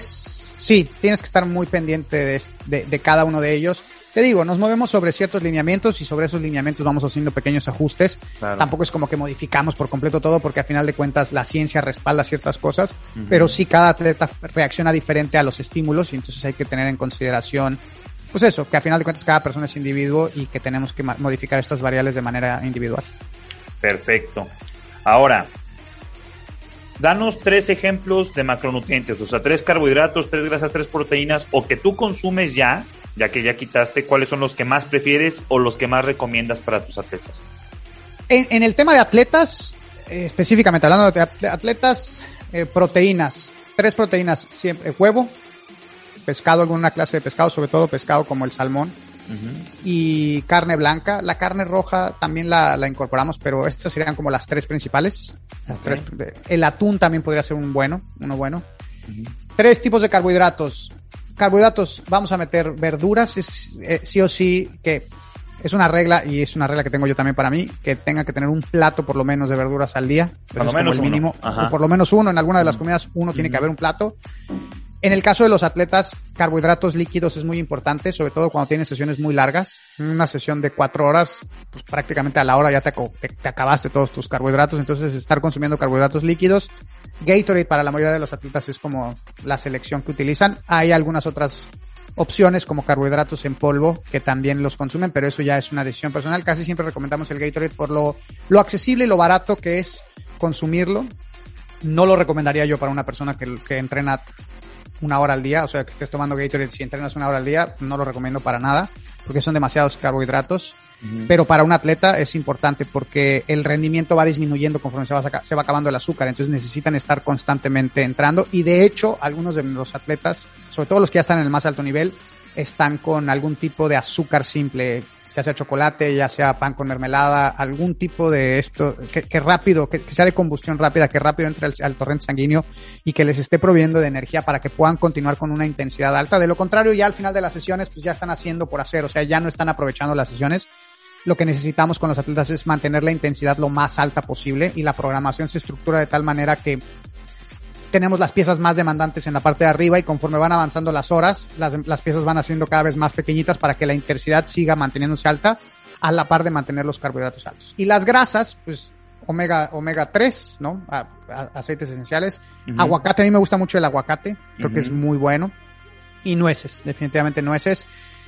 sí, tienes que estar muy pendiente de cada uno de ellos. Te digo, nos movemos sobre ciertos lineamientos y sobre esos lineamientos vamos haciendo pequeños ajustes. Claro. Tampoco es como que modificamos por completo todo porque al final de cuentas la ciencia respalda ciertas cosas, uh-huh. Pero sí cada atleta reacciona diferente a los estímulos y entonces hay que tener en consideración, pues eso, que al final de cuentas cada persona es individuo y que tenemos que modificar estas variables de manera individual. Perfecto. Ahora, danos 3 ejemplos de macronutrientes, o sea, 3 carbohidratos, 3 grasas, 3 proteínas, o que tú consumes ya que ya quitaste, ¿cuáles son los que más prefieres o los que más recomiendas para tus atletas? En el tema de atletas, específicamente hablando de atletas, proteínas, 3 proteínas, siempre huevo, pescado, alguna clase de pescado, sobre todo pescado como el salmón, uh-huh. Y carne blanca. La carne roja también la incorporamos, pero estas serían como las 3 principales. Las okay. 3, el atún también podría ser uno bueno. Uh-huh. 3 tipos de carbohidratos. Carbohidratos, vamos a meter verduras, sí o sí, que es una regla, y es una regla que tengo yo también para mí, que tenga que tener un plato por lo menos de verduras al día. Por lo menos el mínimo, o por lo menos uno, en alguna de las comidas uno tiene que haber un plato. En el caso de los atletas, carbohidratos líquidos es muy importante, sobre todo cuando tienes sesiones muy largas. Una sesión de 4 horas, pues prácticamente a la hora ya te acabaste todos tus carbohidratos, entonces estar consumiendo carbohidratos líquidos. Gatorade para la mayoría de los atletas es como la selección que utilizan. Hay algunas otras opciones como carbohidratos en polvo que también los consumen, pero eso ya es una decisión personal. Casi siempre recomendamos el Gatorade por lo accesible y lo barato que es consumirlo. No lo recomendaría yo para una persona que entrena 1 hora al día, o sea, que estés tomando Gatorade si entrenas 1 hora al día, no lo recomiendo para nada, porque son demasiados carbohidratos. Uh-huh. Pero para un atleta es importante porque el rendimiento va disminuyendo conforme se va acabando el azúcar, entonces necesitan estar constantemente entrando, y de hecho algunos de los atletas, sobre todo los que ya están en el más alto nivel, están con algún tipo de azúcar simple, ya sea chocolate, ya sea pan con mermelada, algún tipo de esto que rápido, que sea de combustión rápida, que rápido entre al torrente sanguíneo y que les esté proveyendo de energía para que puedan continuar con una intensidad alta. De lo contrario, ya al final de las sesiones, pues ya están haciendo por hacer, o sea, ya no están aprovechando las sesiones. Lo que necesitamos con los atletas es mantener la intensidad lo más alta posible, y la programación se estructura de tal manera que tenemos las piezas más demandantes en la parte de arriba, y conforme van avanzando las horas, las piezas van haciendo cada vez más pequeñitas para que la intensidad siga manteniéndose alta a la par de mantener los carbohidratos altos. Y las grasas, pues omega 3, ¿no? Aceites esenciales. Uh-huh. Aguacate, a mí me gusta mucho el aguacate, creo que es muy bueno. Y nueces, definitivamente nueces.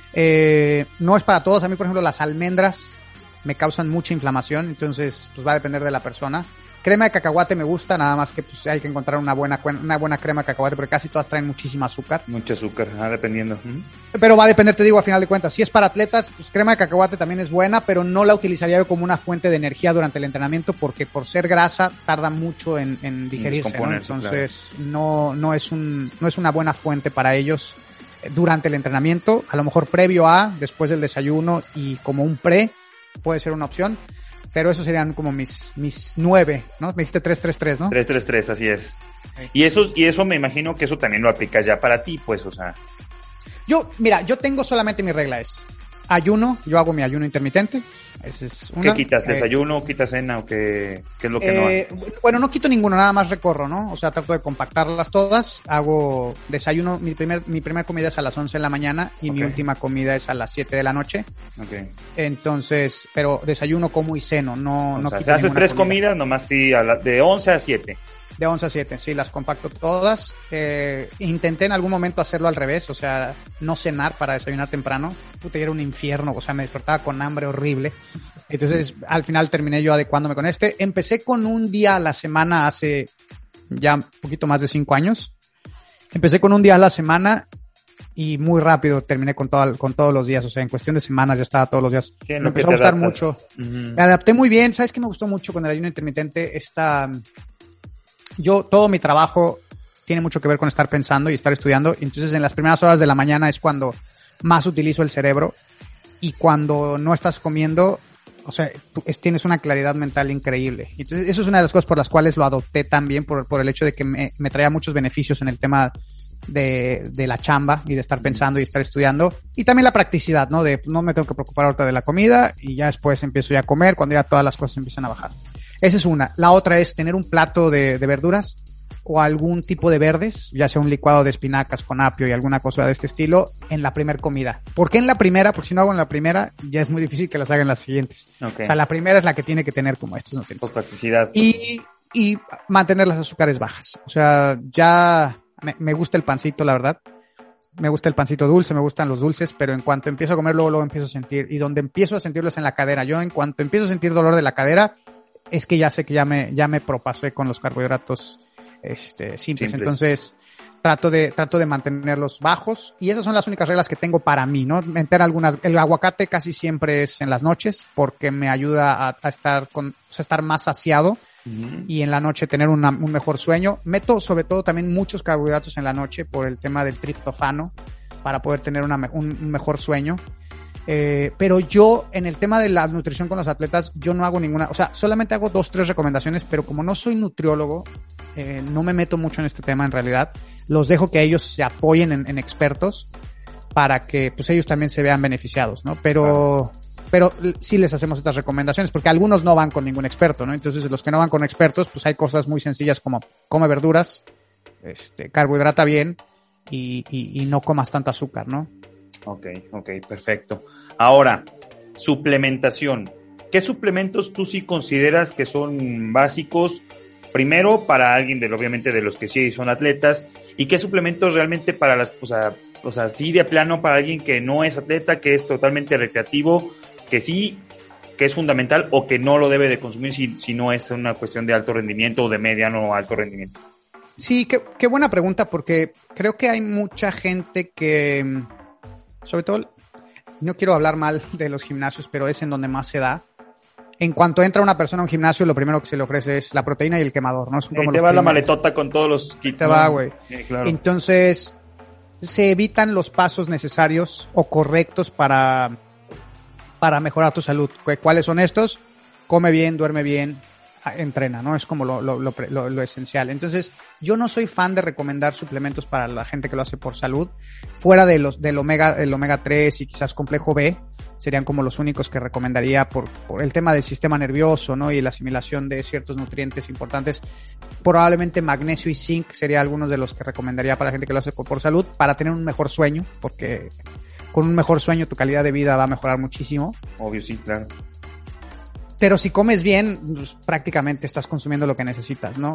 No es para todos. A mí, por ejemplo, las almendras me causan mucha inflamación, entonces pues va a depender de la persona. Crema de cacahuate me gusta, nada más que pues hay que encontrar una buena crema de cacahuate porque casi todas traen muchísima azúcar. Mucho azúcar, dependiendo. Pero va a depender, te digo, a final de cuentas. Si es para atletas, pues crema de cacahuate también es buena, pero no la utilizaría yo como una fuente de energía durante el entrenamiento porque por ser grasa tarda mucho en digerirse, ¿no? Entonces claro. no es una buena fuente para ellos durante el entrenamiento. A lo mejor previo a, después del desayuno y como un pre puede ser una opción. Pero esos serían como mis 9, ¿no? Me dijiste 3-3-3, ¿no? 3-3-3, así es. Okay. Y eso me imagino que eso también lo aplicas ya para ti, pues, o sea. Yo tengo solamente mi regla es ayuno, yo hago mi ayuno intermitente. Esa es una. ¿Qué quitas? ¿Desayuno, quitas cena o qué es lo que no haces? Bueno, no quito ninguno, nada más recorro, ¿no? O sea, trato de compactarlas todas. Hago desayuno, mi primer comida es a las 11 de la mañana y mi última comida es a las 7 de la noche. Okay. Entonces, pero desayuno, como y ceno, no quito ninguna. Haces 3 comidas, nomás sí, de 11 a 7. De 11 a 7, sí, las compacto todas. Intenté en algún momento hacerlo al revés, o sea, no cenar para desayunar temprano. Puta, era un infierno, o sea, me despertaba con hambre horrible. Entonces, al final terminé yo adecuándome con este. Empecé con un día a la semana hace ya un poquito más de 5 años. Empecé con un día a la semana y muy rápido terminé con todos los días, o sea, en cuestión de semanas ya estaba todos los días. Me empezó a gustar mucho. Me adapté muy bien. ¿Sabes qué me gustó mucho con el ayuno intermitente? Todo mi trabajo tiene mucho que ver con estar pensando y estar estudiando. Entonces, en las primeras horas de la mañana es cuando más utilizo el cerebro. Y cuando no estás comiendo, o sea, tienes una claridad mental increíble. Entonces, eso es una de las cosas por las cuales lo adopté también, por el hecho de que me traía muchos beneficios en el tema de la chamba y de estar pensando y estar estudiando. Y también la practicidad, ¿no? De no me tengo que preocupar ahorita de la comida y ya después empiezo ya a comer cuando ya todas las cosas empiezan a bajar. Esa es una. La otra es tener un plato de verduras o algún tipo de verdes, ya sea un licuado de espinacas con apio y alguna cosa de este estilo, en la primera comida. ¿Por qué en la primera? Porque si no hago en la primera, ya es muy difícil que las haga en las siguientes. Okay. O sea, la primera es la que tiene que tener como estos nutrientes. Por practicidad. Y mantener las azúcares bajas. O sea, ya me gusta el pancito, la verdad. Me gusta el pancito dulce, me gustan los dulces, pero en cuanto empiezo a comer, luego empiezo a sentir. Y donde empiezo a sentirlo es en la cadera. Yo en cuanto empiezo a sentir dolor de la cadera, es que ya sé que ya me propasé con los carbohidratos simples. Entonces trato de mantenerlos bajos y esas son las únicas reglas que tengo para mí, ¿no? Meter el aguacate casi siempre es en las noches porque me ayuda a estar más saciado y en la noche tener un mejor sueño. Meto sobre todo también muchos carbohidratos en la noche por el tema del triptofano para poder tener un mejor sueño. Pero yo, en el tema de la nutrición con los atletas, yo no hago ninguna, o sea, solamente hago 2-3 recomendaciones, pero como no soy nutriólogo, no me meto mucho en este tema en realidad. Los dejo que ellos se apoyen en expertos para que, pues, ellos también se vean beneficiados, ¿no? Pero sí les hacemos estas recomendaciones, porque algunos no van con ningún experto, ¿no? Entonces, los que no van con expertos, pues hay cosas muy sencillas como come verduras, carbohidrata bien y no comas tanta azúcar, ¿no? Ok, perfecto. Ahora, suplementación. ¿Qué suplementos tú sí consideras que son básicos? Primero, para alguien obviamente de los que sí son atletas. ¿Y qué suplementos realmente para las, o sea, sí de plano para alguien que no es atleta, que es totalmente recreativo, que sí, que es fundamental o que no lo debe de consumir si no es una cuestión de alto rendimiento o de mediano o alto rendimiento? Sí, qué buena pregunta, porque creo que hay mucha gente que... Sobre todo, no quiero hablar mal de los gimnasios, pero es en donde más se da. En cuanto entra una persona a un gimnasio, lo primero que se le ofrece es la proteína y el quemador, ¿no? Son como te va la maletota con todos los kits. Te va, güey. Claro. Entonces, se evitan los pasos necesarios o correctos para mejorar tu salud. ¿Cuáles son estos? Come bien, duerme bien, entrena, ¿no? Es como lo esencial. Entonces, yo no soy fan de recomendar suplementos para la gente que lo hace por salud. Fuera del omega 3 y quizás complejo B, serían como los únicos que recomendaría por el tema del sistema nervioso, ¿no? Y la asimilación de ciertos nutrientes importantes. Probablemente magnesio y zinc sería algunos de los que recomendaría para la gente que lo hace por salud, para tener un mejor sueño, porque con un mejor sueño tu calidad de vida va a mejorar muchísimo. Obvio, sí, claro. Pero si comes bien, pues, prácticamente estás consumiendo lo que necesitas, ¿no?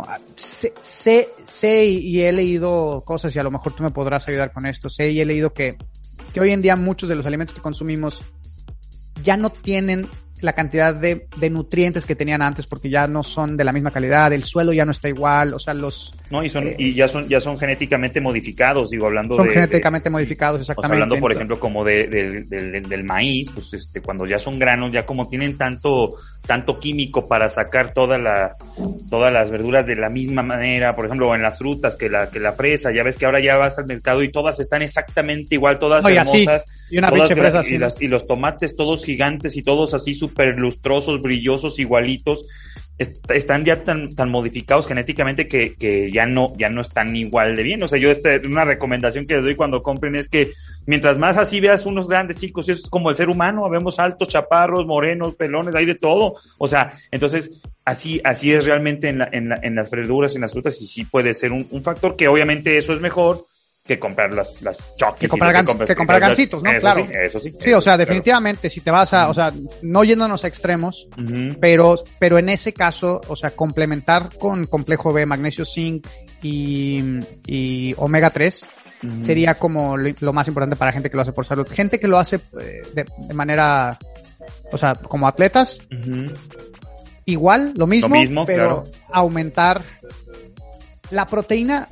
Sé y he leído cosas y a lo mejor tú me podrás ayudar con esto. Sé y he leído que hoy en día muchos de los alimentos que consumimos ya no tienen la cantidad de nutrientes que tenían antes, porque ya no son de la misma calidad, el suelo ya no está igual, o sea, y ya son genéticamente modificados, digo, hablando son genéticamente modificados, exactamente. O sea, hablando, por ejemplo, como del maíz, pues cuando ya son granos, ya como tienen tanto químico para sacar todas las verduras de la misma manera, por ejemplo, en las frutas, que la fresa, ya ves que ahora ya vas al mercado y todas están exactamente igual, todas hermosas. Y una pinche fresa así. Y los tomates todos gigantes y todos así súper lustrosos, brillosos, igualitos, están ya tan modificados genéticamente que ya no están igual de bien. O sea, yo una recomendación que les doy cuando compren es que mientras más así veas unos grandes chicos, es como el ser humano, vemos altos, chaparros, morenos, pelones, hay de todo. O sea, entonces así es realmente en las verduras, en las frutas, y sí puede ser un factor que obviamente eso es mejor que comprar las Chokis. Que comprar gansitos, ¿no? Eso claro. Sí, eso sí. Sí, o sea, definitivamente, si te vas a, o sea, no yéndonos a extremos, pero en ese caso, o sea, complementar con complejo B, magnesio, zinc y omega 3 sería como lo más importante para gente que lo hace por salud. Gente que lo hace de manera, o sea, como atletas, igual, lo mismo, pero claro, aumentar la proteína.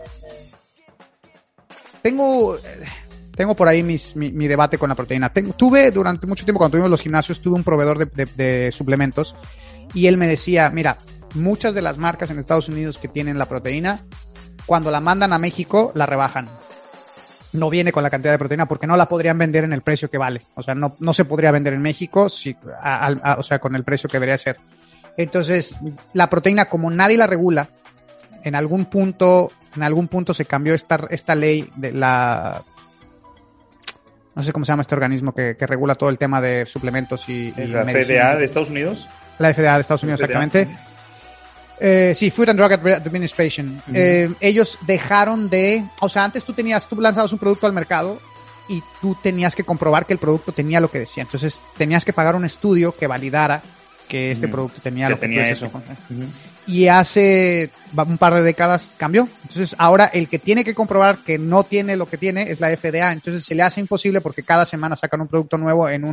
Tengo por ahí mi debate con la proteína. Tuve durante mucho tiempo, cuando tuvimos los gimnasios, tuve un proveedor de suplementos y él me decía, mira, muchas de las marcas en Estados Unidos que tienen la proteína, cuando la mandan a México, la rebajan. No viene con la cantidad de proteína porque no la podrían vender en el precio que vale. O sea, no se podría vender en México o sea, con el precio que debería ser. Entonces, la proteína, como nadie la regula, en algún punto se cambió esta ley de no sé cómo se llama este organismo que regula todo el tema de suplementos y ¿La FDA de Estados Unidos? La FDA de Estados Unidos, exactamente. Sí, Food and Drug Administration. Ellos dejaron o sea, antes tú lanzabas un producto al mercado y tú tenías que comprobar que el producto tenía lo que decía. Entonces, tenías que pagar un estudio que validara que este producto tenía lo que tenía eso. Y hace un par de décadas cambió. Entonces, ahora el que tiene que comprobar que no tiene lo que tiene es la FDA. Entonces, se le hace imposible porque cada semana sacan un producto nuevo en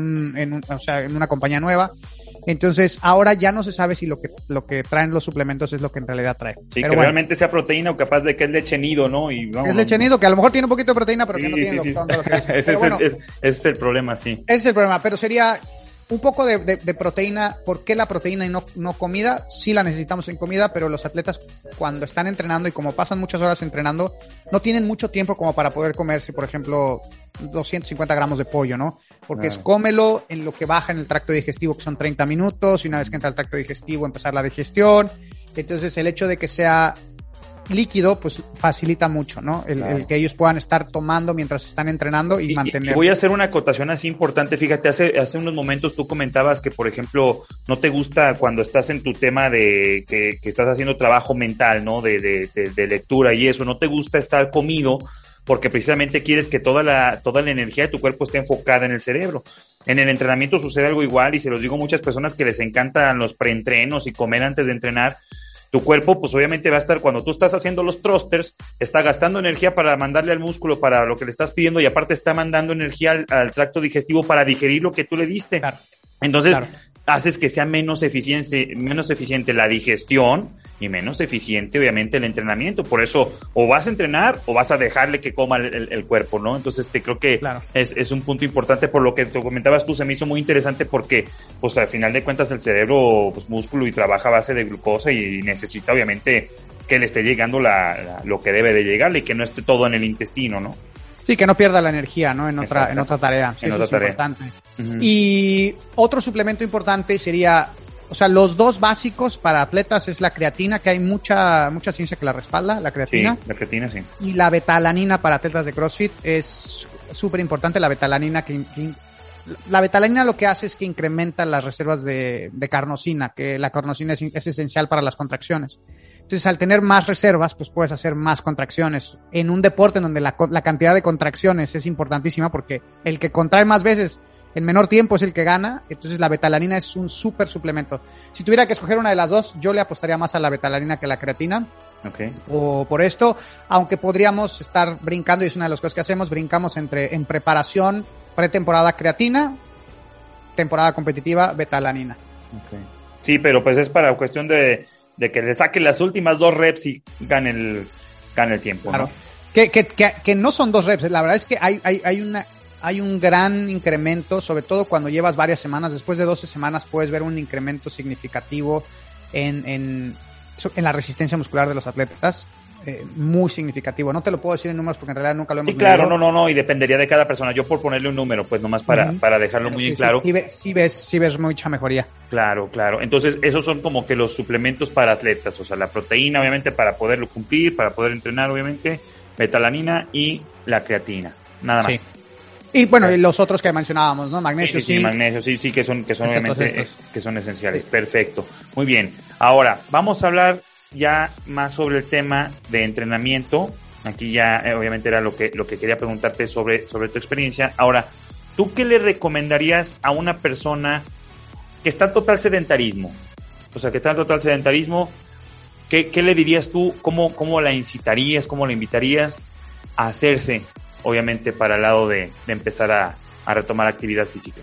una compañía nueva. Entonces, ahora ya no se sabe si lo que traen los suplementos es lo que en realidad trae. Sí, pero que realmente sea proteína o capaz de que es leche nido, ¿no? Es leche nido, que a lo mejor tiene un poquito de proteína, pero que no tiene todo lo que dice. Ese es el problema, sí. Ese es el problema, pero sería un poco de proteína. ¿Por qué la proteína y no comida? Sí la necesitamos en comida, pero los atletas cuando están entrenando y como pasan muchas horas entrenando, no tienen mucho tiempo como para poder comerse, por ejemplo, 250 gramos de pollo, ¿no? Porque es cómelo en lo que baja en el tracto digestivo, que son 30 minutos, y una vez que entra al tracto digestivo, empezar la digestión. Entonces, el hecho de que sea líquido, pues facilita mucho, ¿no? El que ellos puedan estar tomando mientras están entrenando y mantener. Y voy a hacer una acotación así importante. Fíjate, hace unos momentos tú comentabas que, por ejemplo, no te gusta cuando estás en tu tema de que estás haciendo trabajo mental, ¿no? De lectura y eso, no te gusta estar comido porque precisamente quieres que toda la energía de tu cuerpo esté enfocada en el cerebro. En el entrenamiento sucede algo igual y se los digo a muchas personas que les encantan los preentrenos y comer antes de entrenar. Tu cuerpo, pues obviamente va a estar, cuando tú estás haciendo los thrusters, está gastando energía para mandarle al músculo para lo que le estás pidiendo y aparte está mandando energía al tracto digestivo para digerir lo que tú le diste. Claro. Entonces, haces que sea menos eficiente la digestión y menos eficiente, obviamente, el entrenamiento. Por eso, o vas a entrenar o vas a dejarle que coma el cuerpo, ¿no? Entonces, creo que es un punto importante. Por lo que te comentabas tú, se me hizo muy interesante porque, pues, al final de cuentas, el cerebro, pues, músculo y trabaja a base de glucosa y necesita, obviamente, que le esté llegando lo que debe de llegarle y que no esté todo en el intestino, ¿no? Sí, que no pierda la energía, ¿no? En otra tarea. Sí, eso es importante. Y otro suplemento importante sería, o sea, los dos básicos para atletas es la creatina, que hay mucha ciencia que la respalda, la creatina. Sí, la creatina, sí. Y la betalanina para atletas de CrossFit es súper importante. La betalanina la betalanina lo que hace es que incrementa las reservas de carnosina, que la carnosina es esencial para las contracciones. Entonces, al tener más reservas, pues puedes hacer más contracciones. En un deporte en donde la cantidad de contracciones es importantísima porque el que contrae más veces en menor tiempo es el que gana. Entonces, la betalanina es un súper suplemento. Si tuviera que escoger una de las dos, yo le apostaría más a la betalanina que a la creatina. Okay. O por esto, aunque podríamos estar brincando, y es una de las cosas que hacemos, brincamos en preparación, pretemporada creatina, temporada competitiva, betalanina. Okay. Sí, pero pues es para cuestión de que le saque las últimas 2 reps y gane el tiempo, claro. ¿No? Que no son 2 reps, la verdad es que hay un gran incremento, sobre todo cuando llevas varias semanas. Después de 12 semanas puedes ver un incremento significativo en la resistencia muscular de los atletas. Muy significativo. No te lo puedo decir en números porque en realidad nunca lo hemos visto. Claro, no, y dependería de cada persona. Yo por ponerle un número, pues nomás para dejarlo muy en claro. Sí ves mucha mejoría. Claro. Entonces, esos son como que los suplementos para atletas. O sea, la proteína, obviamente, para poderlo cumplir, para poder entrenar, obviamente, betalanina y la creatina. Nada más. Sí. Y bueno, y los otros que mencionábamos, ¿no? Magnesio, sí, magnesio, sí, que son obviamente, que son esenciales. Sí. Perfecto. Muy bien. Ahora, vamos a hablar ya más sobre el tema de entrenamiento. Aquí ya obviamente era lo que quería preguntarte sobre tu experiencia. Ahora, ¿tú qué le recomendarías a una persona que está en total sedentarismo? O sea, que está en total sedentarismo, ¿qué le dirías tú? ¿Cómo la incitarías? ¿Cómo la invitarías a hacerse, obviamente, para el lado de empezar a retomar actividad física?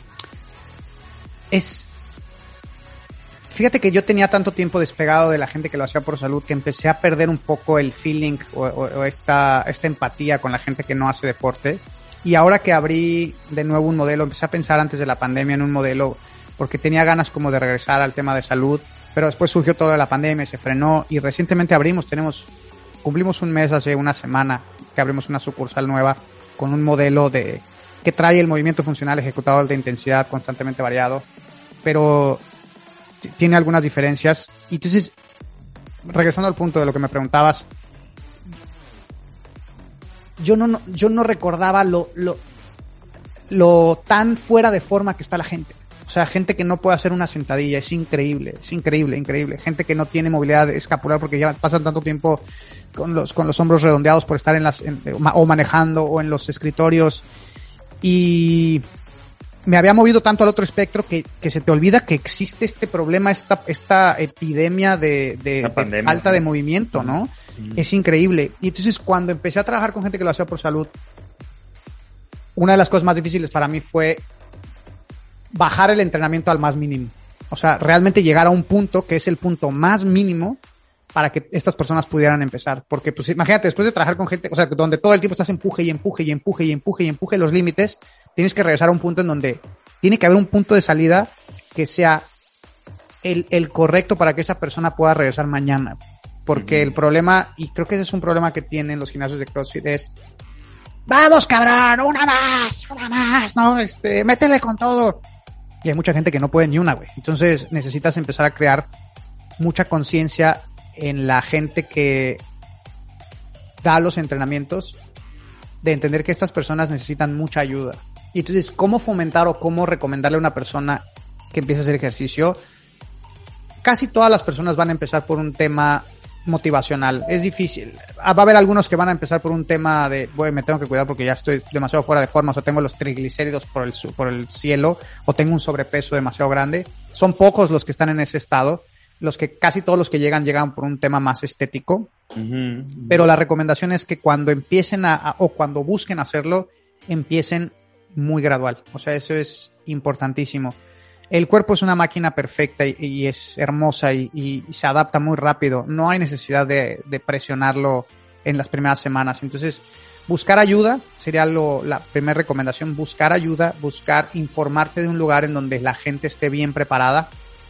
Fíjate que yo tenía tanto tiempo despegado de la gente que lo hacía por salud que empecé a perder un poco el feeling o esta empatía con la gente que no hace deporte. Y ahora que abrí de nuevo un modelo, empecé a pensar antes de la pandemia en un modelo porque tenía ganas como de regresar al tema de salud, pero después surgió todo de la pandemia, se frenó y recientemente cumplimos un mes hace una semana que abrimos una sucursal nueva con un modelo que trae el movimiento funcional ejecutado de intensidad constantemente variado, pero tiene algunas diferencias. Y entonces, regresando al punto de lo que me preguntabas, yo no recordaba lo tan fuera de forma que está la gente. O sea, gente que no puede hacer una sentadilla, es increíble. Gente que no tiene movilidad escapular porque ya pasan tanto tiempo con los hombros redondeados por estar o manejando o en los escritorios. Y me había movido tanto al otro espectro que se te olvida que existe este problema, esta epidemia de falta de movimiento, ¿no? Es increíble. Y entonces cuando empecé a trabajar con gente que lo hacía por salud, una de las cosas más difíciles para mí fue bajar el entrenamiento al más mínimo. O sea, realmente llegar a un punto que es el punto más mínimo para que estas personas pudieran empezar. Porque, pues, imagínate, después de trabajar con gente, o sea, donde todo el tiempo estás empuje los límites, tienes que regresar a un punto en donde tiene que haber un punto de salida que sea el correcto para que esa persona pueda regresar mañana. Porque el problema, y creo que ese es un problema que tienen los gimnasios de CrossFit, es ¡vamos, cabrón! ¡Una más! ¿No? Métele con todo. Y hay mucha gente que no puede ni una, güey. Entonces necesitas empezar a crear mucha conciencia en la gente que da los entrenamientos, de entender que estas personas necesitan mucha ayuda. Y entonces, ¿cómo fomentar o cómo recomendarle a una persona que empiece a hacer ejercicio? Casi todas las personas van a empezar por un tema motivacional. Es difícil. Va a haber algunos que van a empezar por un tema de, bueno, me tengo que cuidar porque ya estoy demasiado fuera de forma, o sea, tengo los triglicéridos por el cielo, o tengo un sobrepeso demasiado grande. Son pocos los que están en ese estado. Casi todos los que llegan por un tema más estético. Pero la recomendación es que cuando empiecen o cuando busquen hacerlo, empiecen muy gradual. O sea, eso es importantísimo. El cuerpo es una máquina perfecta y es hermosa y se adapta muy rápido. No hay necesidad de presionarlo en las primeras semanas. Entonces, buscar ayuda sería la primera recomendación. Buscar ayuda, buscar informarte de un lugar en donde la gente esté bien preparada.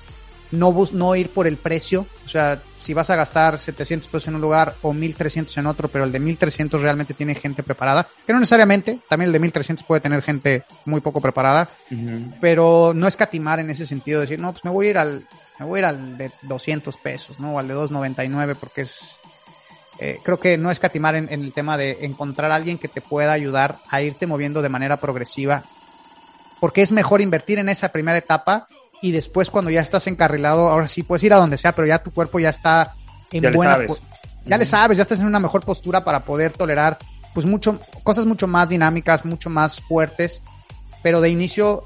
No ir por el precio. O sea, si vas a gastar 700 pesos en un lugar o 1,300 en otro, pero el de 1,300 realmente tiene gente preparada, que no necesariamente, también el de 1,300 puede tener gente muy poco preparada, pero no escatimar en ese sentido, decir, no, pues me voy a ir al de 200 pesos, ¿no? O al de 299, porque creo que no escatimar en el tema de encontrar a alguien que te pueda ayudar a irte moviendo de manera progresiva, porque es mejor invertir en esa primera etapa. Y después, cuando ya estás encarrilado, ahora sí puedes ir a donde sea, pero ya tu cuerpo ya está en ya le sabes, ya estás en una mejor postura para poder tolerar pues cosas mucho más dinámicas, mucho más fuertes. Pero de inicio,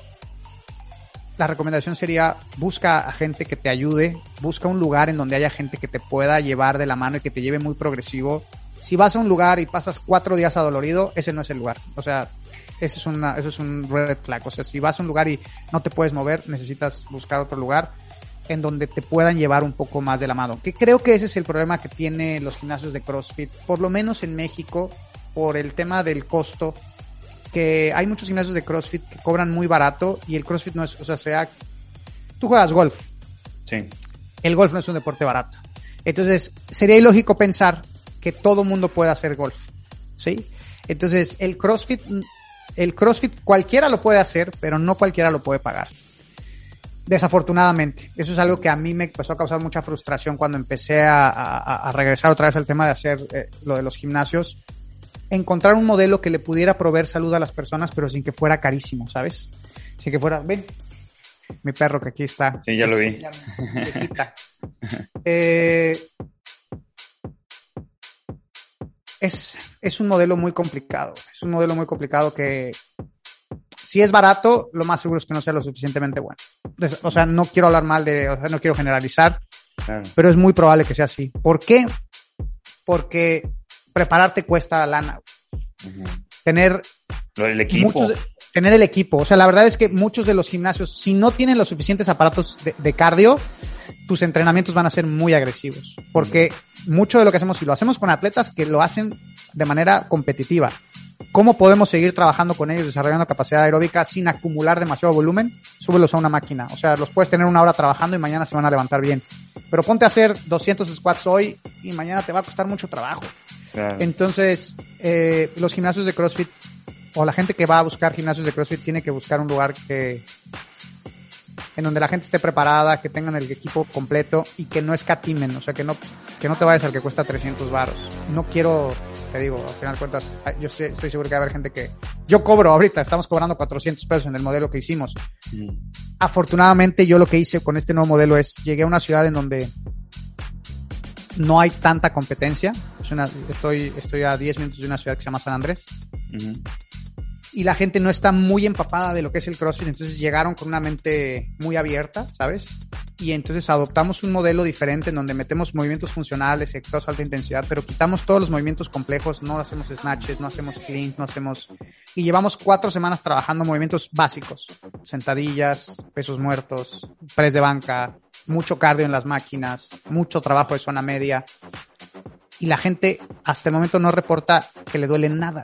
la recomendación sería: busca a gente que te ayude, busca un lugar en donde haya gente que te pueda llevar de la mano y que te lleve muy progresivo. Si vas a un lugar y pasas 4 días adolorido, ese no es el lugar. O sea, eso es un red flag. O sea, si vas a un lugar y no te puedes mover, necesitas buscar otro lugar en donde te puedan llevar un poco más de la mano. Que creo que ese es el problema que tienen los gimnasios de CrossFit, por lo menos en México, por el tema del costo, que hay muchos gimnasios de CrossFit que cobran muy barato y el CrossFit no es, o sea, tú juegas golf. Sí. El golf no es un deporte barato. Entonces, sería ilógico pensar que todo mundo pueda hacer golf, ¿sí? Entonces, el CrossFit cualquiera lo puede hacer, pero no cualquiera lo puede pagar. Desafortunadamente. Eso es algo que a mí me empezó a causar mucha frustración cuando empecé a regresar otra vez al tema de hacer lo de los gimnasios. Encontrar un modelo que le pudiera proveer salud a las personas, pero sin que fuera carísimo, ¿sabes? Sin que fuera... Ven, mi perro que aquí está. Sí, ya lo vi. Ya me quita. Es un modelo muy complicado. Es un modelo muy complicado que, si es barato, lo más seguro es que no sea lo suficientemente bueno. O sea, no quiero hablar mal o sea, no quiero generalizar, claro, pero es muy probable que sea así. ¿Por qué? Porque prepararte cuesta lana. Uh-huh. Tener el equipo. O sea, la verdad es que muchos de los gimnasios, si no tienen los suficientes aparatos de cardio, tus entrenamientos van a ser muy agresivos. Porque mucho de lo que hacemos, si lo hacemos con atletas que lo hacen de manera competitiva, ¿cómo podemos seguir trabajando con ellos, desarrollando capacidad aeróbica sin acumular demasiado volumen? Súbelos a una máquina. O sea, los puedes tener una hora trabajando y mañana se van a levantar bien. Pero ponte a hacer 200 squats hoy y mañana te va a costar mucho trabajo. Claro. Entonces, los gimnasios de CrossFit, o la gente que va a buscar gimnasios de CrossFit, tiene que buscar un lugar en donde la gente esté preparada, que tengan el equipo completo y que no escatimen, o sea, que no te vayas al que cuesta 300 varos. No quiero, te digo, al final de cuentas, yo estoy seguro que va a haber gente que... Yo cobro ahorita, estamos cobrando 400 pesos en el modelo que hicimos. Afortunadamente, yo lo que hice con este nuevo modelo es, llegué a una ciudad en donde no hay tanta competencia. Estoy a 10 minutos de una ciudad que se llama San Andrés. Uh-huh. Y la gente no está muy empapada de lo que es el CrossFit, entonces llegaron con una mente muy abierta, ¿sabes? Y entonces adoptamos un modelo diferente en donde metemos movimientos funcionales, ejercicios alta intensidad, pero quitamos todos los movimientos complejos, no hacemos snatches, no hacemos clean, y llevamos 4 semanas trabajando movimientos básicos, sentadillas, pesos muertos, press de banca, mucho cardio en las máquinas, mucho trabajo de zona media, y la gente hasta el momento no reporta que le duele nada.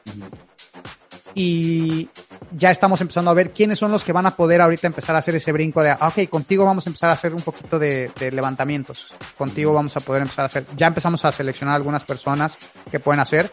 Y ya estamos empezando a ver quiénes son los que van a poder ahorita empezar a hacer ese brinco de, ok, contigo vamos a empezar a hacer un poquito de levantamientos, contigo vamos a poder empezar a hacer, ya empezamos a seleccionar algunas personas que pueden hacer,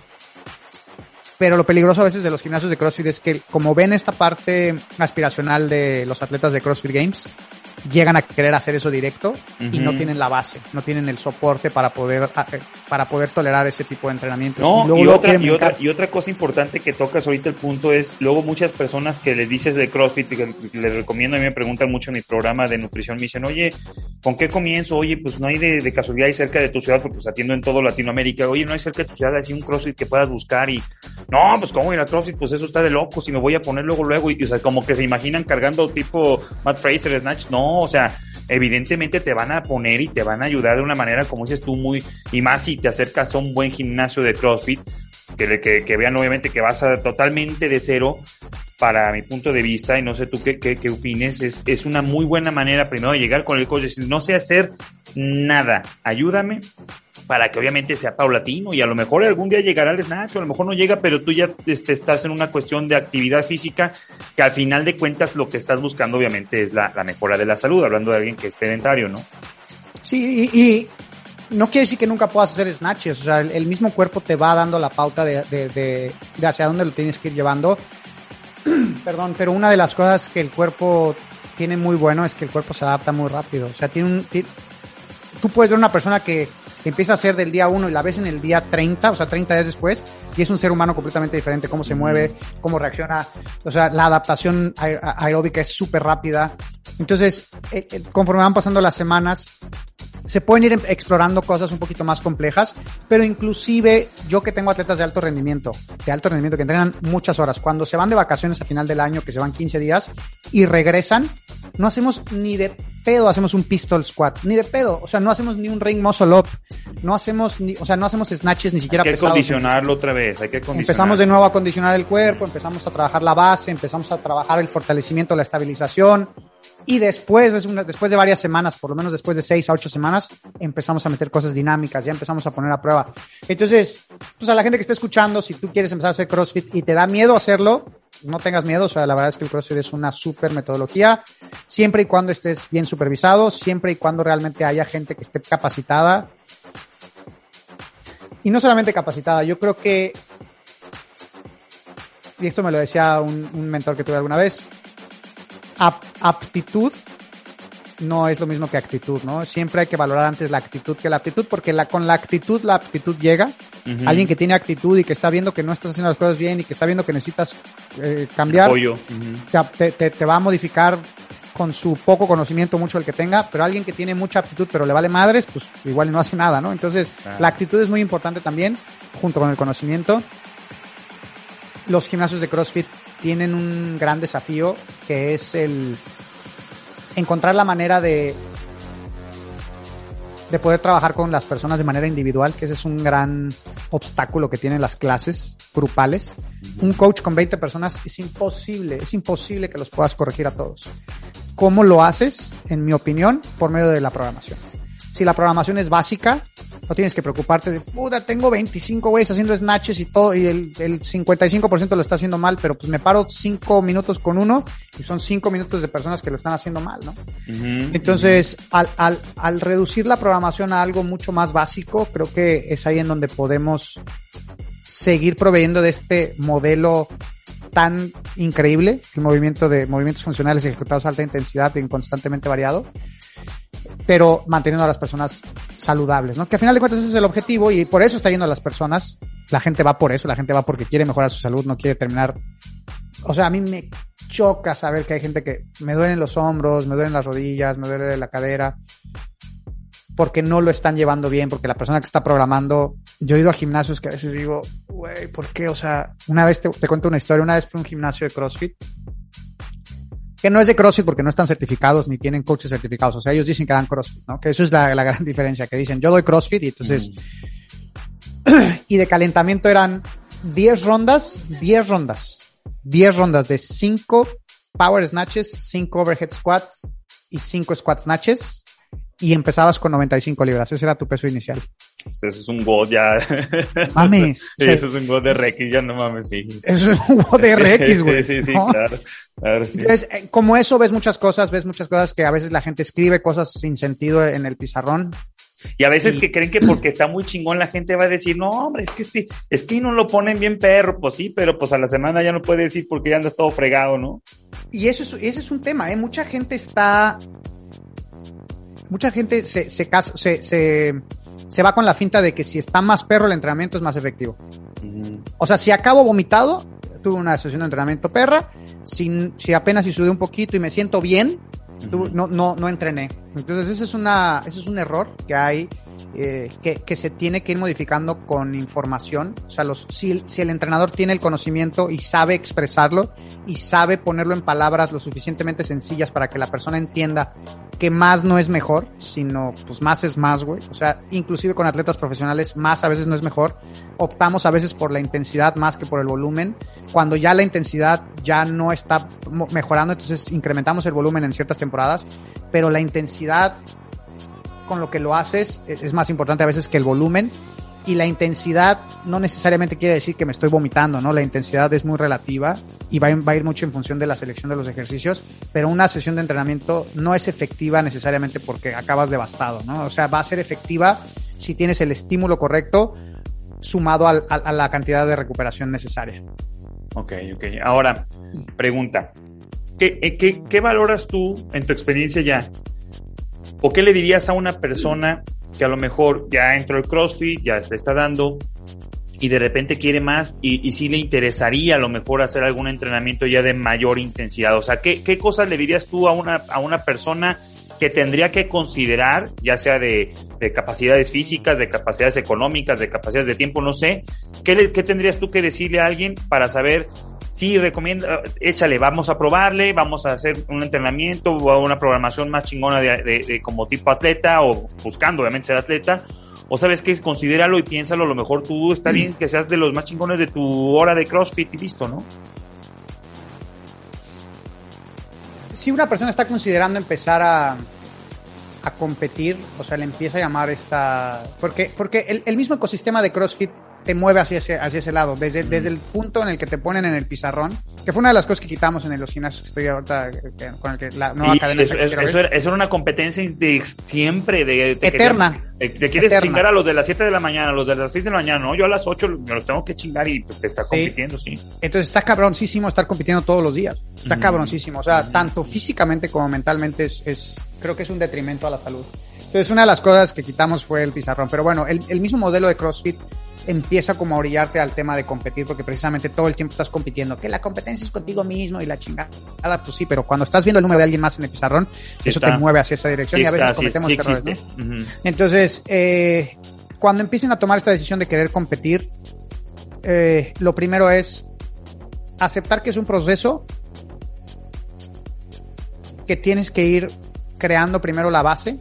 pero lo peligroso a veces de los gimnasios de CrossFit es que como ven esta parte aspiracional de los atletas de CrossFit Games, llegan a querer hacer eso directo y no tienen la base, no tienen el soporte para poder tolerar ese tipo de entrenamientos. No, y otra cosa importante que tocas ahorita el punto es, luego muchas personas que les dices de CrossFit, que les recomiendo, a mí me preguntan mucho en mi programa de nutrición, me dicen, oye, ¿con qué comienzo? Oye, pues no hay de casualidad ahí cerca de tu ciudad, porque pues atiendo en todo Latinoamérica, oye, no hay cerca de tu ciudad así un CrossFit que puedas buscar, y no, pues cómo ir a CrossFit, pues eso está de locos, y me voy a poner luego, y o sea, como que se imaginan cargando tipo Matt Fraser, Snatch, no, o sea, evidentemente te van a poner y te van a ayudar de una manera, como dices tú, y más si te acercas a un buen gimnasio de CrossFit, que vean obviamente que vas a totalmente de cero, para mi punto de vista, y no sé tú qué opines, es una muy buena manera primero de llegar con el coach, decir, no sé hacer nada, ayúdame, para que obviamente sea paulatino, y a lo mejor algún día llegará el snatch, o a lo mejor no llega, pero tú ya estás en una cuestión de actividad física, que al final de cuentas lo que estás buscando obviamente es la mejora de la salud, hablando de alguien que es sedentario, ¿no? Sí, y no quiere decir que nunca puedas hacer snatches, o sea, el mismo cuerpo te va dando la pauta de hacia dónde lo tienes que ir llevando. Perdón, pero una de las cosas que el cuerpo tiene muy bueno es que el cuerpo se adapta muy rápido. O sea, tú puedes ver una persona que empieza a hacer del día 1 y la ves en el día 30, o sea, 30 días después, y es un ser humano completamente diferente, cómo se mueve, cómo reacciona, o sea, la adaptación aeróbica es súper rápida. Entonces, conforme van pasando las semanas, se pueden ir explorando cosas un poquito más complejas, pero inclusive yo que tengo atletas de alto rendimiento que entrenan muchas horas, cuando se van de vacaciones a final del año, que se van 15 días y regresan, no hacemos ni de pedo hacemos un pistol squat, ni de pedo, o sea, no hacemos ni un ring muscle up, no hacemos snatches ni siquiera pesados. Hay que acondicionarlo otra vez, Empezamos de nuevo a acondicionar el cuerpo, empezamos a trabajar la base, empezamos a trabajar el fortalecimiento, la estabilización, y después de varias semanas, por lo menos después de 6 a 8 semanas, empezamos a meter cosas dinámicas, ya empezamos a poner a prueba. Entonces, pues a la gente que está escuchando, si tú quieres empezar a hacer CrossFit y te da miedo hacerlo, no tengas miedo, o sea, la verdad es que el CrossFit es una súper metodología, siempre y cuando estés bien supervisado, siempre y cuando realmente haya gente que esté capacitada. Y no solamente capacitada, yo creo que, y esto me lo decía un mentor que tuve alguna vez, aptitud no es lo mismo que actitud, ¿no? Siempre hay que valorar antes la actitud que la aptitud, porque con la aptitud llega. Uh-huh. Alguien que tiene actitud y que está viendo que no estás haciendo las cosas bien y que está viendo que necesitas cambiar, apoyo. Uh-huh. te va a modificar con su poco conocimiento, mucho el que tenga, pero alguien que tiene mucha aptitud pero le vale madres, pues igual no hace nada, ¿no? Entonces, la actitud es muy importante también, junto con el conocimiento. Los gimnasios de CrossFit tienen un gran desafío, que es el encontrar la manera de poder trabajar con las personas de manera individual, que ese es un gran obstáculo que tienen las clases grupales. Un coach con 20 personas es imposible que los puedas corregir a todos. ¿Cómo lo haces? En mi opinión, por medio de la programación. Si la programación es básica, no tienes que preocuparte de, puta, tengo 25 güeyes haciendo snatches y todo, y el 55% lo está haciendo mal, pero pues me paro 5 minutos con uno, y son 5 minutos de personas que lo están haciendo mal, ¿no? Uh-huh. Entonces, al reducir la programación a algo mucho más básico, creo que es ahí en donde podemos seguir proveyendo de este modelo tan increíble, el movimiento de movimientos funcionales ejecutados a alta intensidad y constantemente variado, pero manteniendo a las personas saludables, ¿no? Que al final de cuentas ese es el objetivo, y por eso está yendo a las personas. La gente va por eso, la gente va porque quiere mejorar su salud, no quiere terminar. O sea, a mí me choca saber que hay gente que me duelen los hombros, me duelen las rodillas, me duele la cadera, porque no lo están llevando bien, porque la persona que está programando, yo he ido a gimnasios que a veces digo, güey, ¿por qué? O sea, una vez te cuento una historia, una vez fui a un gimnasio de CrossFit, que no es de CrossFit porque no están certificados ni tienen coaches certificados, o sea, ellos dicen que dan CrossFit, ¿no? Que eso es la gran diferencia, que dicen, yo doy CrossFit, y entonces, y de calentamiento eran 10 rondas de 5 power snatches, 5 overhead squats y 5 squat snatches, y empezabas con 95 libras, ese era tu peso inicial. Eso es un WOD ya. Mames. Sí, eso es un WOD de RX, ya no mames, sí. Eso es un WOD de RX, güey. Sí, ¿no? claro, sí. Entonces, como eso ves muchas cosas que a veces la gente escribe cosas sin sentido en el pizarrón. Y a veces que creen que porque está muy chingón la gente va a decir, no, hombre, es que no lo ponen bien perro, pues sí, pero pues a la semana ya no puede decir porque ya andas todo fregado, ¿no? Y ese es un tema, mucha gente se va con la finta de que si está más perro el entrenamiento es más efectivo. Uh-huh. O sea, si acabo vomitado, tuve una sesión de entrenamiento perra, si apenas sudé un poquito y me siento bien, uh-huh, no entrené. Entonces ese es un error que hay, que se tiene que ir modificando con información. O sea, si el entrenador tiene el conocimiento y sabe expresarlo y sabe ponerlo en palabras lo suficientemente sencillas para que la persona entienda que más no es mejor, sino pues más es más, güey. O sea, inclusive con atletas profesionales, más a veces no es mejor. Optamos a veces por la intensidad más que por el volumen. Cuando ya la intensidad ya no está mejorando, entonces incrementamos el volumen en ciertas temporadas, pero la intensidad con lo que lo haces es más importante a veces que el volumen. Y la intensidad no necesariamente quiere decir que me estoy vomitando, ¿no? La intensidad es muy relativa y va a ir mucho en función de la selección de los ejercicios, pero una sesión de entrenamiento no es efectiva necesariamente porque acabas devastado, ¿no? O sea, va a ser efectiva si tienes el estímulo correcto sumado a la cantidad de recuperación necesaria. Ok. Ahora, pregunta. ¿Qué valoras tú en tu experiencia ya? ¿O qué le dirías a una persona que a lo mejor ya entró el CrossFit, ya se está dando y de repente quiere más y sí le interesaría a lo mejor hacer algún entrenamiento ya de mayor intensidad? O sea, ¿qué cosas le dirías tú a una persona que tendría que considerar, ya sea de capacidades físicas, de capacidades económicas, de capacidades de tiempo, no sé? ¿Qué tendrías tú que decirle a alguien para saber si recomienda, échale, vamos a probarle, vamos a hacer un entrenamiento o una programación más chingona de como tipo atleta, o buscando obviamente ser atleta, o sabes qué, considéralo y piénsalo, a lo mejor tú está bien que seas de los más chingones de tu hora de CrossFit y listo, ¿no? Si una persona está considerando empezar a competir, o sea, le empieza a llamar porque el mismo ecosistema de CrossFit te mueve hacia ese lado, desde el punto en el que te ponen en el pizarrón, que fue una de las cosas que quitamos en los gimnasios que estoy ahorita, con el que la nueva cadena. Eso era una competencia siempre eterna. Te quieres chingar a los de las 7 de la mañana, a los de las 6 de la mañana, no, yo a las 8 me los tengo que chingar y pues te está compitiendo, sí. Entonces está cabroncísimo estar compitiendo todos los días, está cabroncísimo, o sea, tanto físicamente como mentalmente creo que es un detrimento a la salud. Entonces una de las cosas que quitamos fue el pizarrón, pero bueno, el mismo modelo de CrossFit empieza como a orillarte al tema de competir, porque precisamente todo el tiempo estás compitiendo, que la competencia es contigo mismo y la chingada, pues sí, pero cuando estás viendo el número de alguien más en el pizarrón, eso te mueve hacia esa dirección, y a veces cometemos errores, ¿no? Entonces, cuando empiecen a tomar esta decisión de querer competir, lo primero es aceptar que es un proceso que tienes que ir creando primero la base.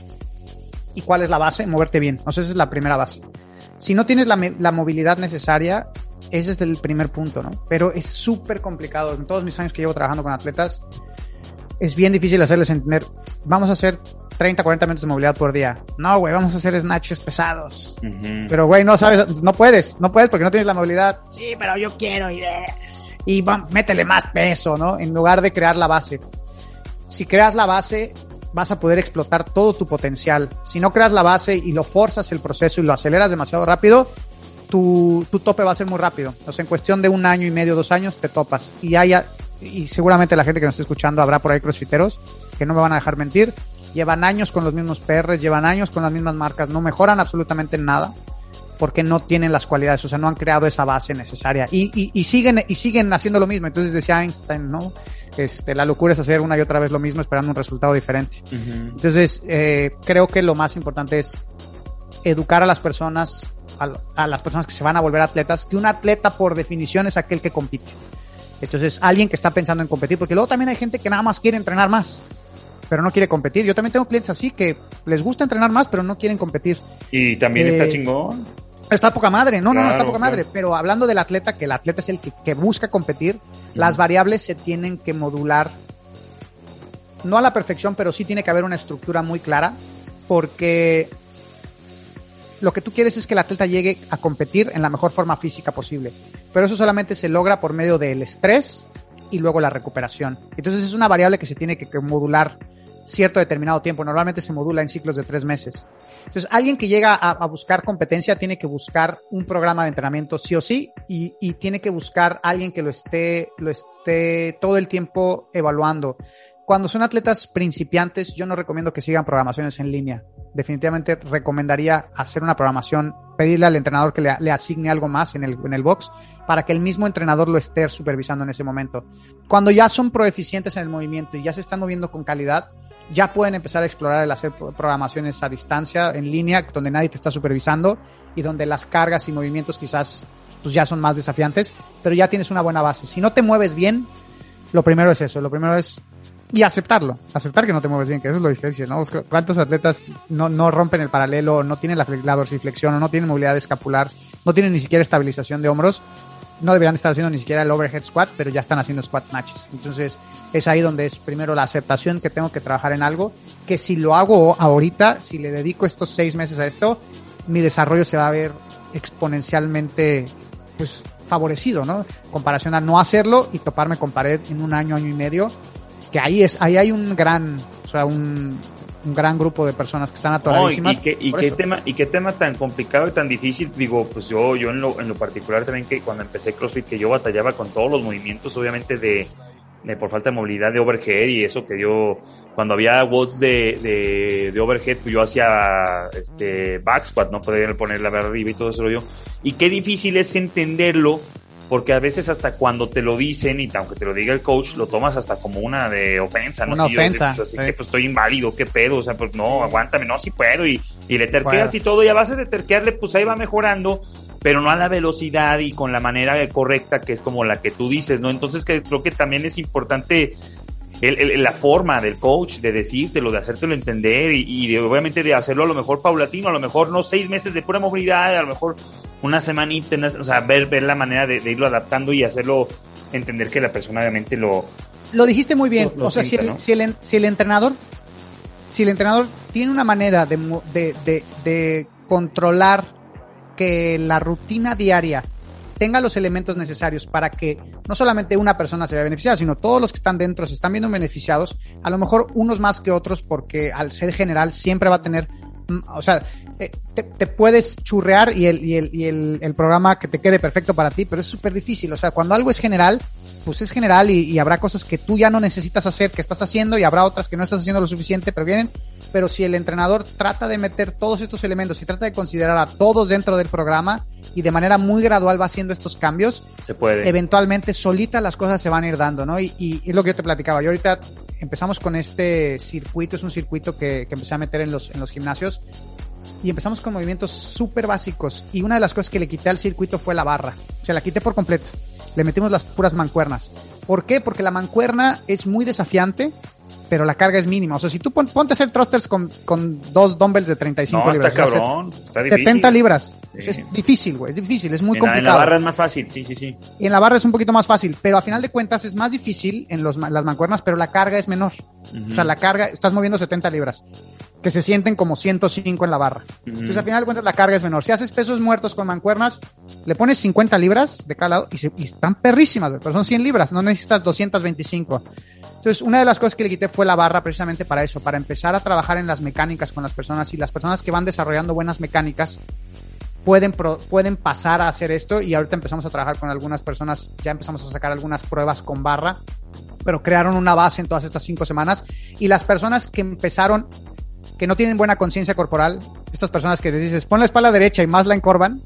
¿Y cuál es la base? Moverte bien. O sea, esa es la primera base. Si no tienes la movilidad necesaria, ese es el primer punto, ¿no? Pero es súper complicado. En todos mis años que llevo trabajando con atletas, es bien difícil hacerles entender, vamos a hacer 30, 40 minutos de movilidad por día. No, güey, vamos a hacer snatches pesados. Pero, güey, no puedes porque no tienes la movilidad. Sí, pero yo quiero y métele más peso, ¿no? En lugar de crear la base. Si creas la base, vas a poder explotar todo tu potencial. Si no creas la base y lo forzas el proceso y lo aceleras demasiado rápido, tu tope va a ser muy rápido. O sea, en cuestión de 1 año y medio, 2 años, te topas. Y seguramente la gente que nos está escuchando, habrá por ahí crossfiteros que no me van a dejar mentir. Llevan años con los mismos PRs, llevan años con las mismas marcas, no mejoran absolutamente nada porque no tienen las cualidades, o sea, no han creado esa base necesaria y siguen haciendo lo mismo. Entonces decía Einstein, ¿no? La locura es hacer una y otra vez lo mismo esperando un resultado diferente. Entonces, creo que lo más importante es educar a las personas, a las personas que se van a volver atletas, que un atleta por definición es aquel que compite. Entonces, alguien que está pensando en competir, porque luego también hay gente que nada más quiere entrenar más, pero no quiere competir. Yo también tengo clientes así que les gusta entrenar más, pero no quieren competir. Y también está chingón. Está poca madre, no, está poca madre, pero hablando del atleta, que el atleta es el que busca competir, las variables se tienen que modular, no a la perfección, pero sí tiene que haber una estructura muy clara, porque lo que tú quieres es que el atleta llegue a competir en la mejor forma física posible, pero eso solamente se logra por medio del estrés y luego la recuperación. Entonces es una variable que se tiene que modular cierto determinado tiempo, normalmente se modula en ciclos de 3 meses. Entonces, alguien que llega a buscar competencia tiene que buscar un programa de entrenamiento sí o sí y tiene que buscar a alguien que lo esté todo el tiempo evaluando. Cuando son atletas principiantes, yo no recomiendo que sigan programaciones en línea. Definitivamente recomendaría hacer una programación, pedirle al entrenador que le asigne algo más en el box para que el mismo entrenador lo esté supervisando en ese momento. Cuando ya son proeficientes en el movimiento y ya se están moviendo con calidad, ya pueden empezar a explorar el hacer programaciones a distancia, en línea, donde nadie te está supervisando y donde las cargas y movimientos quizás pues ya son más desafiantes, pero ya tienes una buena base. Si no te mueves bien, lo primero es eso, y aceptar que no te mueves bien, que eso es lo difícil, ¿no? ¿Cuántos atletas no rompen el paralelo, no tienen la dorsiflexión, o no tienen movilidad escapular, no tienen ni siquiera estabilización de hombros? No deberían estar haciendo ni siquiera el overhead squat, pero ya están haciendo squat snatches. Entonces, es ahí donde es primero la aceptación que tengo que trabajar en algo, que si lo hago ahorita, si le dedico estos 6 meses a esto, mi desarrollo se va a ver exponencialmente, pues, favorecido, ¿no? Comparación a no hacerlo y toparme con pared en 1 año, año y medio, que ahí hay un gran grupo de personas que están atoradísimas. Qué tema tan complicado y tan difícil. Digo, pues yo en lo particular también, que cuando empecé CrossFit, que yo batallaba con todos los movimientos, obviamente de por falta de movilidad de overhead, y eso que yo, cuando había watts de overhead, pues yo hacía back squat, no podía poner la barra arriba y todo eso yo. Y qué difícil es que entenderlo porque a veces hasta cuando te lo dicen, y aunque te lo diga el coach, lo tomas hasta como una de ofensa, ¿no? Una ofensa. Así que pues estoy inválido, ¿qué pedo? O sea, pues no, aguántame, no, sí puedo, y le terqueas y todo, y a base de terquearle, pues ahí va mejorando, pero no a la velocidad y con la manera correcta, que es como la que tú dices, ¿no? Entonces creo que también es importante la forma del coach de decírtelo, de hacértelo entender y obviamente de hacerlo a lo mejor paulatino, a lo mejor no 6 meses de pura movilidad, a lo mejor una semanita, o sea, ver la manera de irlo adaptando y hacerlo entender que la persona obviamente lo dijiste muy bien. Lo o sea, sienta, si el entrenador tiene una manera de controlar que la rutina diaria tenga los elementos necesarios para que no solamente una persona se vea beneficiada, sino todos los que están dentro se están viendo beneficiados, a lo mejor unos más que otros, porque al ser general siempre va a tener, o sea, te puedes churrear y el programa que te quede perfecto para ti, pero es súper difícil. O sea, cuando algo es general, pues es general y habrá cosas que tú ya no necesitas hacer, que estás haciendo, y habrá otras que no estás haciendo lo suficiente, pero si el entrenador trata de meter todos estos elementos y trata de considerar a todos dentro del programa y de manera muy gradual va haciendo estos cambios, se puede. Eventualmente solita las cosas se van a ir dando, ¿no? Y es lo que yo te platicaba. Yo ahorita empezamos con este circuito, es un circuito que empecé a meter en los gimnasios, y empezamos con movimientos súper básicos, y una de las cosas que le quité al circuito fue la barra. O sea, la quité por completo. Le metimos las puras mancuernas. ¿Por qué? Porque la mancuerna es muy desafiante, pero la carga es mínima. O sea, si tú ponte a hacer thrusters con 2 dumbbells de 35 libras. No, está cabrón, está difícil. 70 libras. Sí. Es difícil, güey, es difícil, es muy complicado. En la barra es más fácil, sí. Y en la barra es un poquito más fácil, pero a final de cuentas es más difícil en las mancuernas, pero la carga es menor. O sea, la carga, estás moviendo 70 libras, que se sienten como 105 en la barra. Entonces, a final de cuentas, la carga es menor. Si haces pesos muertos con mancuernas, le pones 50 libras de cada lado y están perrísimas, güey, pero son 100 libras, no necesitas 225. Entonces, una de las cosas que le quité fue la barra precisamente para eso, para empezar a trabajar en las mecánicas con las personas, y las personas que van desarrollando buenas mecánicas pueden pasar a hacer esto. Y ahorita empezamos a trabajar con algunas personas, ya empezamos a sacar algunas pruebas con barra, pero crearon una base en todas estas 5 semanas. Y las personas que empezaron, que no tienen buena conciencia corporal, estas personas que les dices, pon la espalda derecha y más la encorvan,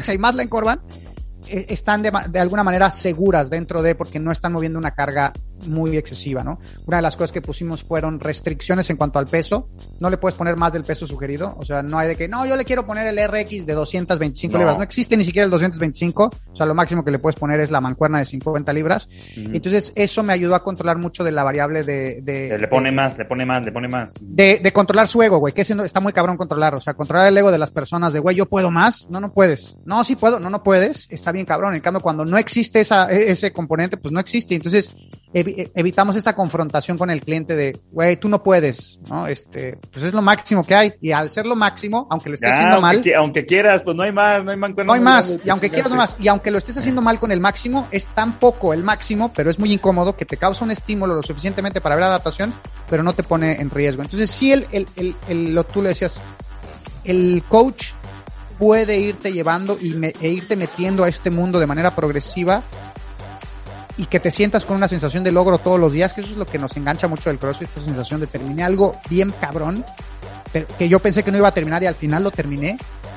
están de alguna manera seguras dentro de, porque no están moviendo una carga muy excesiva, ¿no? Una de las cosas que pusimos fueron restricciones en cuanto al peso. No le puedes poner más del peso sugerido. O sea, no hay de que, no, yo le quiero poner el RX de 225 libras. No existe ni siquiera el 225. O sea, lo máximo que le puedes poner es la mancuerna de 50 libras. Entonces, eso me ayudó a controlar mucho de la variable le pone más. De controlar su ego, güey, que está muy cabrón controlar. O sea, controlar el ego de las personas de, güey, yo puedo más. No puedes. No, sí puedo. No puedes. Está bien cabrón. En cambio, cuando no existe ese componente, pues no existe. Entonces, evitamos esta confrontación con el cliente de, güey, tú no puedes, ¿no? Pues es lo máximo que hay. Y al ser lo máximo, aunque lo estés haciendo mal, aunque quieras, pues no hay más. No hay más. Y aunque quieras, no más. Y aunque lo estés haciendo mal con el máximo, es tan poco el máximo, pero es muy incómodo, que te causa un estímulo lo suficientemente para ver adaptación, pero no te pone en riesgo. Entonces, sí, tú le decías, el coach puede irte llevando e irte metiendo a este mundo de manera progresiva, y que te sientas con una sensación de logro todos los días, que eso es lo que nos engancha mucho del CrossFit, esta sensación de terminé algo bien cabrón, pero que yo pensé que no iba a terminar y al final lo terminé,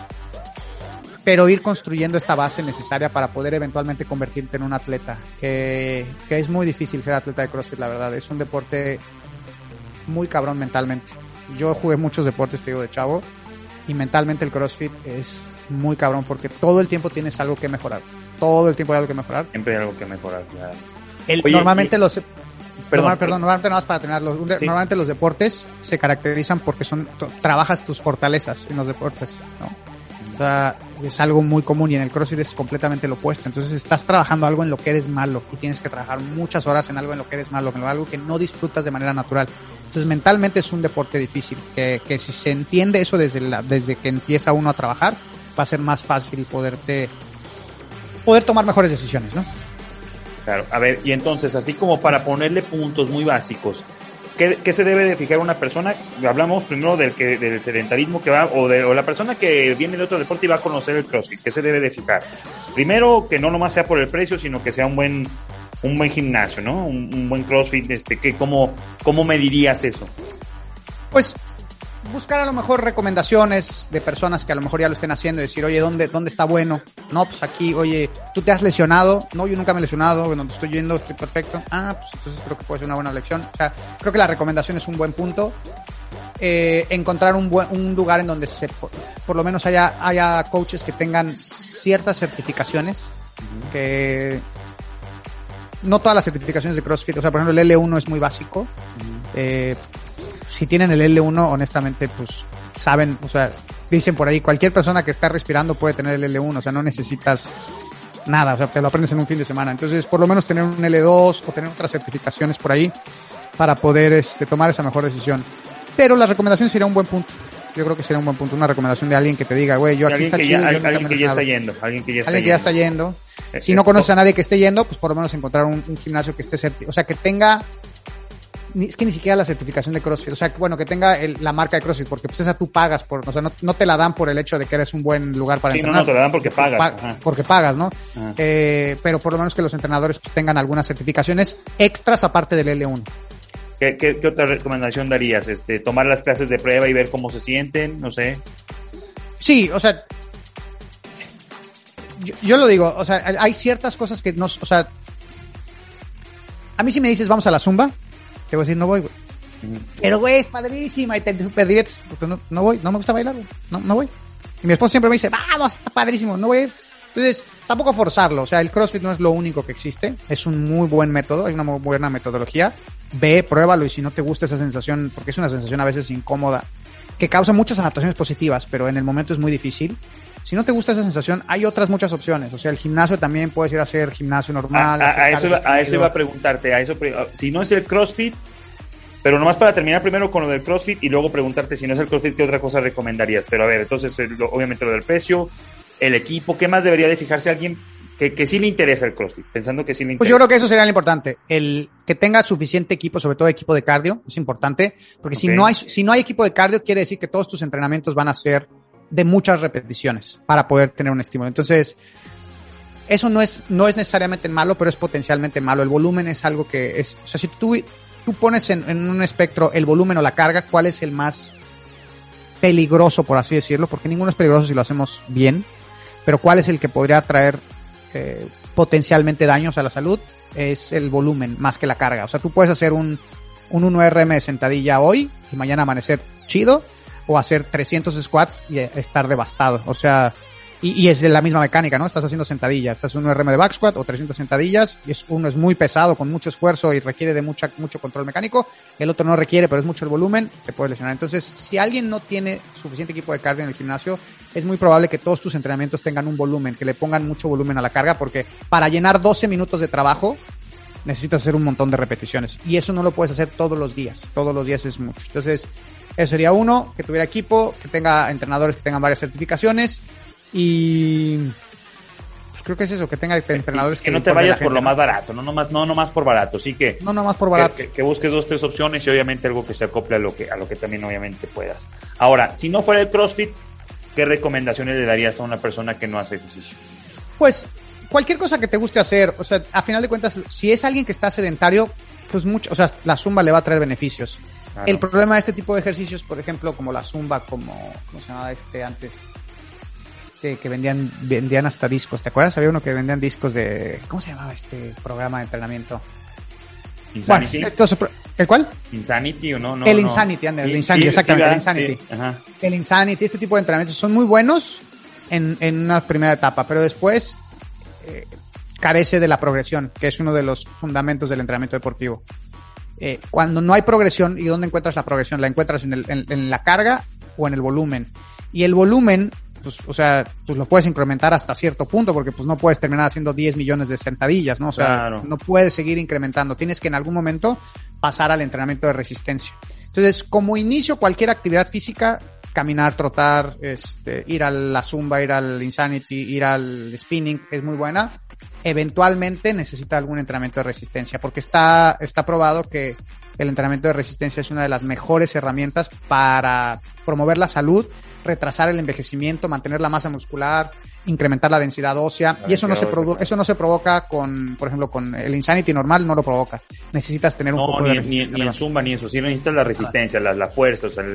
pero ir construyendo esta base necesaria para poder eventualmente convertirte en un atleta, que es muy difícil ser atleta de CrossFit, la verdad, es un deporte muy cabrón mentalmente. Yo jugué muchos deportes, te digo, de chavo, y mentalmente el CrossFit es muy cabrón porque todo el tiempo tienes algo que mejorar. Todo el tiempo hay algo que mejorar. Siempre hay algo que mejorar, claro. Normalmente normalmente nada más para tenerlos. Sí. Normalmente los deportes se caracterizan porque trabajas tus fortalezas en los deportes, ¿no? O sea, es algo muy común, y en el CrossFit es completamente lo opuesto. Entonces estás trabajando algo en lo que eres malo y tienes que trabajar muchas horas en algo en lo que eres malo, en algo que no disfrutas de manera natural. Entonces mentalmente es un deporte difícil, que si se entiende eso desde que empieza uno a trabajar, va a ser más fácil poder tomar mejores decisiones, ¿no? Claro, a ver, y entonces, así como para ponerle puntos muy básicos, ¿qué se debe de fijar una persona? Hablamos primero del sedentarismo que va, o la persona que viene de otro deporte y va a conocer el CrossFit. ¿Qué se debe de fijar? Primero, que no nomás sea por el precio, sino que sea un buen gimnasio, ¿no? Un buen CrossFit, ¿cómo medirías eso? Pues buscar a lo mejor recomendaciones de personas que a lo mejor ya lo estén haciendo y decir, oye, ¿dónde está bueno? No, pues aquí, oye, ¿tú te has lesionado? No, yo nunca me he lesionado, bueno, estoy yendo, estoy perfecto. Ah, pues entonces creo que puede ser una buena lección. O sea, creo que la recomendación es un buen punto. Encontrar un lugar en donde por lo menos haya coaches que tengan ciertas certificaciones, que no todas las certificaciones de CrossFit, o sea, por ejemplo, el L1 es muy básico. Si tienen el L1, honestamente, pues saben, o sea, dicen por ahí, cualquier persona que está respirando puede tener el L1, o sea, no necesitas nada, o sea, te lo aprendes en un fin de semana. Entonces, por lo menos tener un L2 o tener otras certificaciones por ahí para poder tomar esa mejor decisión. Pero la recomendación sería un buen punto. Yo creo que sería un buen punto, una recomendación de alguien que te diga, güey, yo aquí está chido. Alguien que ya está yendo. Alguien que ya está yendo. Si no conoces a nadie que esté yendo, pues por lo menos encontrar un gimnasio que esté certificado, o sea, que tenga, es que ni siquiera la certificación de CrossFit, o sea, bueno, que tenga la marca de CrossFit, porque pues esa tú pagas o sea, no te la dan por el hecho de que eres un buen lugar para entrenar. No te la dan porque pagas. Porque pagas, ¿no? Pero por lo menos que los entrenadores pues tengan algunas certificaciones extras aparte del L1. ¿Qué otra recomendación darías? Tomar las clases de prueba y ver cómo se sienten, no sé. Sí, o sea, yo lo digo, o sea, hay ciertas cosas que no, o sea, a mí si me dices vamos a la Zumba, te voy a decir no voy, güey. Pero güey, es padrísima y te super diviertes. No voy, no me gusta bailar, güey. No voy. Y mi esposo siempre me dice, vamos, está padrísimo, no voy a ir. Entonces, tampoco forzarlo, o sea, el CrossFit no es lo único que existe, es un muy buen método, hay una muy buena metodología. Ve, pruébalo, y si no te gusta esa sensación, porque es una sensación a veces incómoda, que causa muchas adaptaciones positivas, pero en el momento es muy difícil. Si no te gusta esa sensación, hay otras muchas opciones. O sea, el gimnasio también puedes ir a hacer gimnasio normal. A eso iba a preguntarte, si no es el CrossFit, pero nomás para terminar primero con lo del CrossFit y luego preguntarte si no es el CrossFit, ¿qué otra cosa recomendarías? Pero a ver, entonces, obviamente lo del precio, el equipo, ¿qué más debería de fijarse alguien que sí le interesa el CrossFit? Pensando que sí le interesa. Pues yo creo que eso sería lo importante. El que tenga suficiente equipo, sobre todo equipo de cardio, es importante. Porque si no hay equipo de cardio, quiere decir que todos tus entrenamientos van a ser de muchas repeticiones para poder tener un estímulo. Entonces, eso no es necesariamente malo, pero es potencialmente malo. El volumen es algo que es, o sea, si tú pones en un espectro el volumen o la carga, ¿cuál es el más peligroso, por así decirlo? Porque ninguno es peligroso si lo hacemos bien, pero ¿cuál es el que podría traer potencialmente daños a la salud? Es el volumen más que la carga. O sea, tú puedes hacer un 1RM de sentadilla hoy y mañana amanecer chido, o hacer 300 squats y estar devastado. O sea, y es de la misma mecánica, ¿no? Estás haciendo sentadillas, estás un 1RM de back squat o 300 sentadillas, y uno es muy pesado, con mucho esfuerzo y requiere de mucho control mecánico, el otro no requiere, pero es mucho el volumen, te puedes lesionar. Entonces, si alguien no tiene suficiente equipo de cardio en el gimnasio, es muy probable que todos tus entrenamientos tengan un volumen, que le pongan mucho volumen a la carga, porque para llenar 12 minutos de trabajo necesitas hacer un montón de repeticiones, y eso no lo puedes hacer todos los días es mucho. Entonces, eso sería uno, que tuviera equipo, que tenga entrenadores que tengan varias certificaciones, y pues creo que es eso, que tenga entrenadores que no te vayas por lo más barato, no nomás por barato, sí que no nomás por barato, que busques 2-3 opciones y obviamente algo que se acople a lo que también obviamente puedas. Ahora, si no fuera el CrossFit, ¿qué recomendaciones le darías a una persona que no hace ejercicio? Pues cualquier cosa que te guste hacer, o sea, a final de cuentas, si es alguien que está sedentario, pues mucho, o sea, la Zumba le va a traer beneficios. Claro. El problema de este tipo de ejercicios, por ejemplo, como la Zumba, ¿cómo se llamaba antes? Que vendían hasta discos, ¿te acuerdas? Había uno que vendían discos de, ¿cómo se llamaba este programa de entrenamiento? Insanity. Bueno, ¿el cuál? Insanity o no. El Insanity, anda, el Insanity, exactamente, el Insanity. Sí, ajá. El Insanity, este tipo de entrenamientos son muy buenos en una primera etapa, pero después carece de la progresión, que es uno de los fundamentos del entrenamiento deportivo. Cuando no hay progresión, ¿y dónde encuentras la progresión? La encuentras en la carga o en el volumen. Y el volumen, pues, o sea, pues lo puedes incrementar hasta cierto punto, porque pues no puedes terminar haciendo 10 millones de sentadillas, ¿no? O sea, claro, no puedes seguir incrementando. Tienes que en algún momento pasar al entrenamiento de resistencia. Entonces, como inicio cualquier actividad física, caminar, trotar, ir a la Zumba, ir al Insanity, ir al spinning, es muy buena. Eventualmente necesita algún entrenamiento de resistencia, porque está probado que el entrenamiento de resistencia es una de las mejores herramientas para promover la salud, retrasar el envejecimiento, mantener la masa muscular, incrementar la densidad ósea, y eso no se provoca con, por ejemplo, con el Insanity normal, no lo provoca. Necesitas tener un poco de resistencia. Ni en Zumba ni eso, sí necesitas la resistencia, la fuerza, o sea,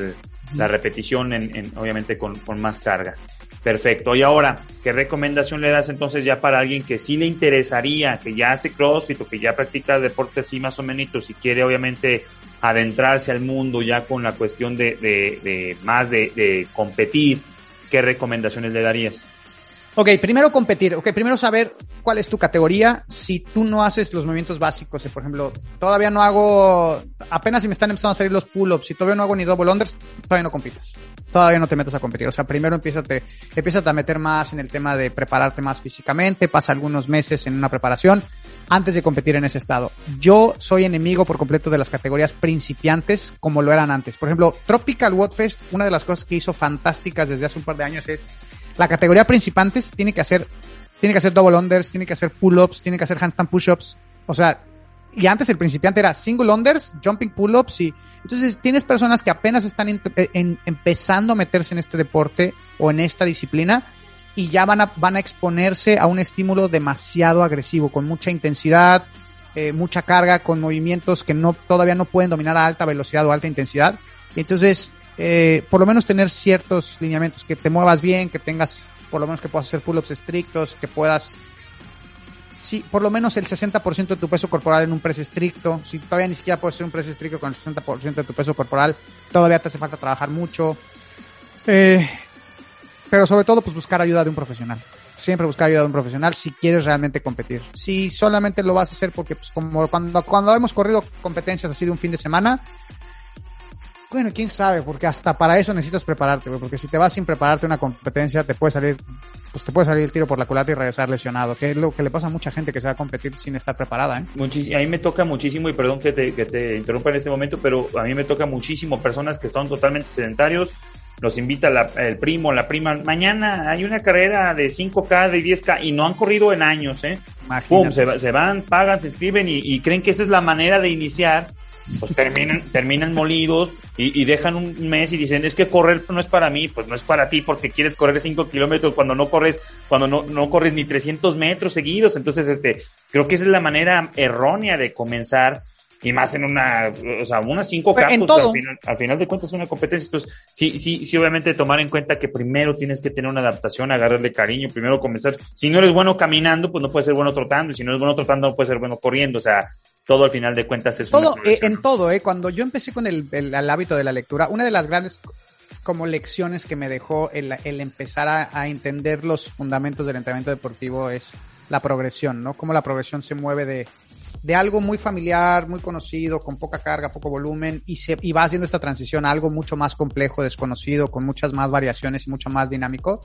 la repetición obviamente con más carga. Perfecto. Y ahora, ¿qué recomendación le das entonces ya para alguien que sí le interesaría, que ya hace CrossFit o que ya practica deporte así más o menos, si quiere obviamente adentrarse al mundo ya con la cuestión de competir? ¿Qué recomendaciones le darías? Ok, primero competir. Ok, primero saber cuál es tu categoría. Si tú no haces los movimientos básicos, por ejemplo, todavía no hago, apenas si me están empezando a salir los pull-ups, si todavía no hago ni double unders, todavía no compitas. Todavía no te metas a competir. O sea, primero empiezas a meter más en el tema de prepararte más físicamente, pasa algunos meses en una preparación antes de competir en ese estado. Yo soy enemigo por completo de las categorías principiantes como lo eran antes. Por ejemplo, Tropical Wodfest, una de las cosas que hizo fantásticas desde hace un par de años es la categoría principiantes tiene que hacer double unders, tiene que hacer pull-ups, tiene que hacer handstand push-ups. O sea, y antes el principiante era single unders, jumping pull-ups y entonces tienes personas que apenas están empezando a meterse en este deporte o en esta disciplina y ya van a exponerse a un estímulo demasiado agresivo, con mucha intensidad, mucha carga, con movimientos que todavía no pueden dominar a alta velocidad o alta intensidad. Entonces, por lo menos tener ciertos lineamientos, que te muevas bien, que tengas, por lo menos que puedas hacer pull-ups estrictos, que puedas, sí, por lo menos el 60% de tu peso corporal en un press estricto. Si todavía ni siquiera puedes hacer un press estricto con el 60% de tu peso corporal, todavía te hace falta trabajar mucho. Pero sobre todo, pues buscar ayuda de un profesional. Siempre buscar ayuda de un profesional si quieres realmente competir. Si solamente lo vas a hacer porque, pues, como cuando hemos corrido competencias así de un fin de semana, bueno, quién sabe, porque hasta para eso necesitas prepararte, güey, porque si te vas sin prepararte una competencia, te puede salir el tiro por la culata y regresar lesionado, que es lo que le pasa a mucha gente que se va a competir sin estar preparada, A mí me toca muchísimo, y perdón que te interrumpa en este momento, pero a mí me toca muchísimo personas que son totalmente sedentarios, los invita el primo, la prima, mañana hay una carrera de 5K, de 10K, y no han corrido en años, Pum, se van, pagan, se inscriben y creen que esa es la manera de iniciar. Pues terminan molidos y dejan un mes y dicen, es que correr no es para mí. Pues no es para ti porque quieres correr 5 kilómetros cuando no corres ni 300 metros seguidos. Entonces, creo que esa es la manera errónea de comenzar, y más en unas 5K, pues, al final de cuentas es una competencia. Entonces, sí, obviamente tomar en cuenta que primero tienes que tener una adaptación, agarrarle cariño, primero comenzar. Si no eres bueno caminando, pues no puedes ser bueno trotando, y si no eres bueno trotando, no puedes ser bueno corriendo. O sea, todo al final de cuentas es todo, en todo, cuando yo empecé con el hábito de la lectura, una de las grandes como lecciones que me dejó el empezar a entender los fundamentos del entrenamiento deportivo es la progresión, ¿no? Cómo la progresión se mueve de algo muy familiar, muy conocido, con poca carga, poco volumen, y va haciendo esta transición a algo mucho más complejo, desconocido, con muchas más variaciones y mucho más dinámico.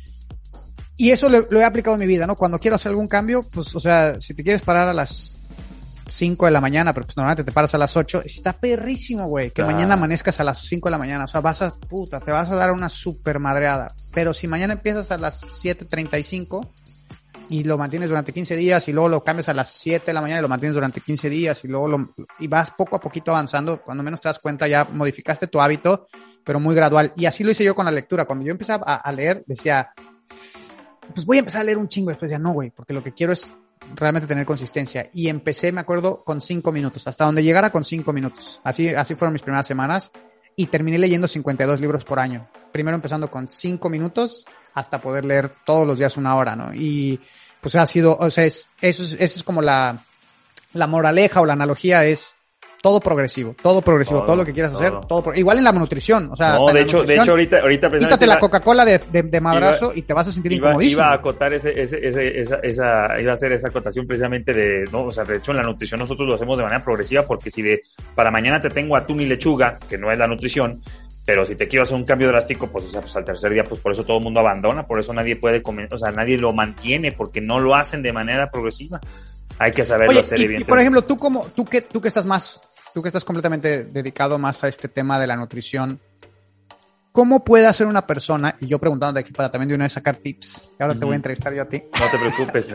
Y eso lo he aplicado en mi vida, ¿no? Cuando quiero hacer algún cambio, pues, o sea, si te quieres parar a las 5 de la mañana, pero pues normalmente te paras a las 8, está perrísimo, güey, que mañana amanezcas a las 5 de la mañana, o sea, te vas a dar una super madreada. Pero si mañana empiezas a las 7:35 y lo mantienes durante 15 días y luego lo cambias a las 7 de la mañana y lo mantienes durante 15 días y luego y vas poco a poquito avanzando, cuando menos te das cuenta ya modificaste tu hábito, pero muy gradual. Y así lo hice yo con la lectura. Cuando yo empecé a leer, decía, pues voy a empezar a leer un chingo. Después decía, no, güey, porque lo que quiero es realmente tener consistencia. Y empecé, me acuerdo, con 5 minutos, hasta donde llegara con 5 minutos. Así fueron mis primeras semanas y terminé leyendo 52 libros por año. Primero empezando con 5 minutos hasta poder leer todos los días 1 hora, ¿no? Y pues ha sido, o sea, eso es como la moraleja o la analogía es todo progresivo, todo lo que quieras hacer, igual en la nutrición, o sea, no, de hecho ahorita quítate la Coca-Cola de madrazo y te vas a sentir incomodísimo. Iba a acotar iba a hacer esa acotación precisamente o sea, de hecho en la nutrición nosotros lo hacemos de manera progresiva, porque si para mañana te tengo atún y lechuga, que no es la nutrición, pero si te quiero hacer un cambio drástico, pues, o sea, pues al tercer día, pues por eso todo el mundo abandona, por eso nadie puede comer, o sea, nadie lo mantiene, porque no lo hacen de manera progresiva. Hay que saberlo hacer, evidentemente. Y por ejemplo, tú que estás completamente dedicado más a este tema de la nutrición, ¿cómo puede hacer una persona, y yo preguntando de aquí para también de una vez sacar tips, y ahora te voy a entrevistar yo a ti? No te preocupes.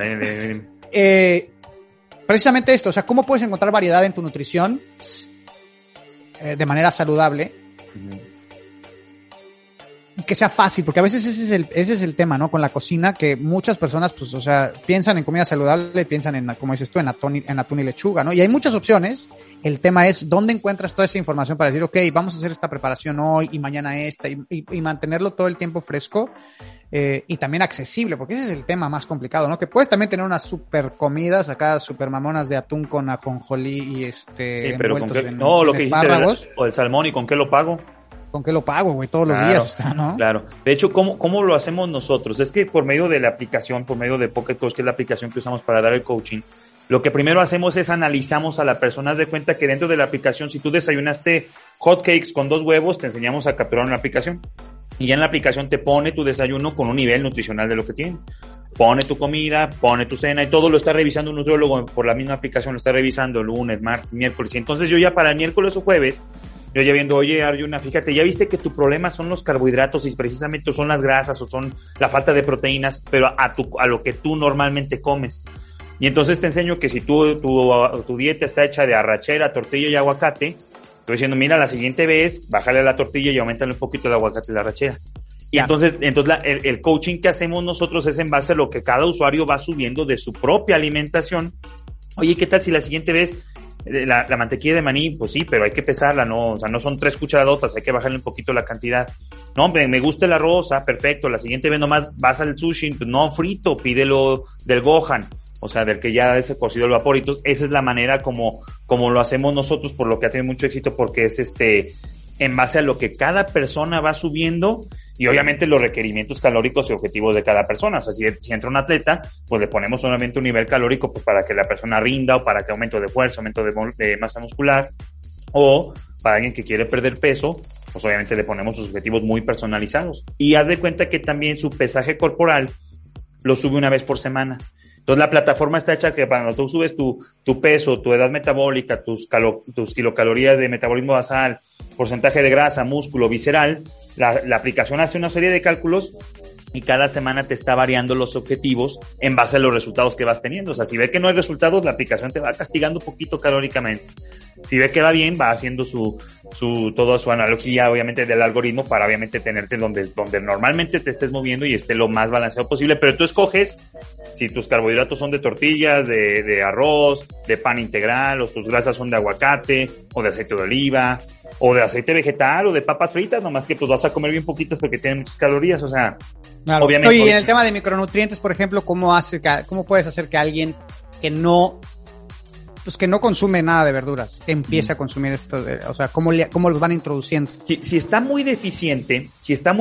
Precisamente esto, o sea, ¿cómo puedes encontrar variedad en tu nutrición de manera saludable? que sea fácil, porque a veces ese es el tema, ¿no? Con la cocina, que muchas personas, pues, o sea, piensan en comida saludable, piensan en, como dices tú, en atún y lechuga, ¿no? Y hay muchas opciones. El tema es dónde encuentras toda esa información para decir, ok, vamos a hacer esta preparación hoy y mañana esta, y mantenerlo todo el tiempo fresco, y también accesible, porque ese es el tema más complicado, ¿no? Que puedes también tener unas super comidas acá, super mamonas de atún con ajonjolí y sí, pero con qué, lo que dijiste o el salmón, ¿y con qué lo pago? ¿Con qué lo pago, güey? Todos los días está, ¿no? Claro. De hecho, ¿cómo lo hacemos nosotros? Es que por medio de la aplicación, por medio de Pocket Coach, que es la aplicación que usamos para dar el coaching, lo que primero hacemos es analizamos a la persona. Haz de cuenta que dentro de la aplicación, si tú desayunaste hot cakes con 2 huevos, te enseñamos a capturar en la aplicación. Y ya en la aplicación te pone tu desayuno con un nivel nutricional de lo que tiene. Pone tu comida, pone tu cena, y todo lo está revisando un nutriólogo por la misma aplicación, lo está revisando lunes, martes, miércoles. Y entonces yo ya para el miércoles o jueves, yo ya viendo, oye, Arjuna, fíjate, ya viste que tu problema son los carbohidratos y precisamente son las grasas o son la falta de proteínas, pero a lo que tú normalmente comes. Y entonces te enseño que si tu dieta está hecha de arrachera, tortilla y aguacate, estoy diciendo, mira, la siguiente vez, bájale a la tortilla y aumentale un poquito el aguacate y la arrachera. Y entonces el coaching que hacemos nosotros es en base a lo que cada usuario va subiendo de su propia alimentación. Oye, ¿qué tal si la siguiente vez la mantequilla de maní? Pues sí, pero hay que pesarla, ¿no? O sea, no son 3 cucharadotas, hay que bajarle un poquito la cantidad. No, me gusta el arroz, perfecto, la siguiente vez nomás vas al sushi, pues no frito, pídelo del Gohan, o sea, del que ya es cocido el vapor. Y entonces esa es la manera como lo hacemos nosotros, por lo que ha tenido mucho éxito, porque es en base a lo que cada persona va subiendo y obviamente los requerimientos calóricos y objetivos de cada persona. O sea, si entra un atleta, pues le ponemos solamente un nivel calórico pues para que la persona rinda, o para que aumente de fuerza, aumento de masa muscular, o para alguien que quiere perder peso, pues obviamente le ponemos sus objetivos muy personalizados. Y haz de cuenta que también su pesaje corporal lo sube una vez por semana. Entonces la plataforma está hecha que cuando tú subes tu peso, tu edad metabólica, tus kilocalorías de metabolismo basal, porcentaje de grasa, músculo, visceral, la aplicación hace una serie de cálculos y cada semana te está variando los objetivos en base a los resultados que vas teniendo. O sea, si ve que no hay resultados, la aplicación te va castigando un poquito calóricamente. Si ve que va bien, va haciendo toda su analogía, obviamente, del algoritmo para, obviamente, tenerte donde normalmente te estés moviendo y esté lo más balanceado posible. Pero tú escoges si tus carbohidratos son de tortillas, de arroz, de pan integral, o tus grasas son de aguacate, o de aceite de oliva, o de aceite vegetal, o de papas fritas, nomás que pues vas a comer bien poquitas porque tienen muchas calorías. O sea, claro. Obviamente. Y en el tema de micronutrientes, por ejemplo, ¿cómo puedes hacer que alguien que no consume nada de verduras empiece a consumir esto? O sea, ¿cómo los van introduciendo? Si está muy deficiente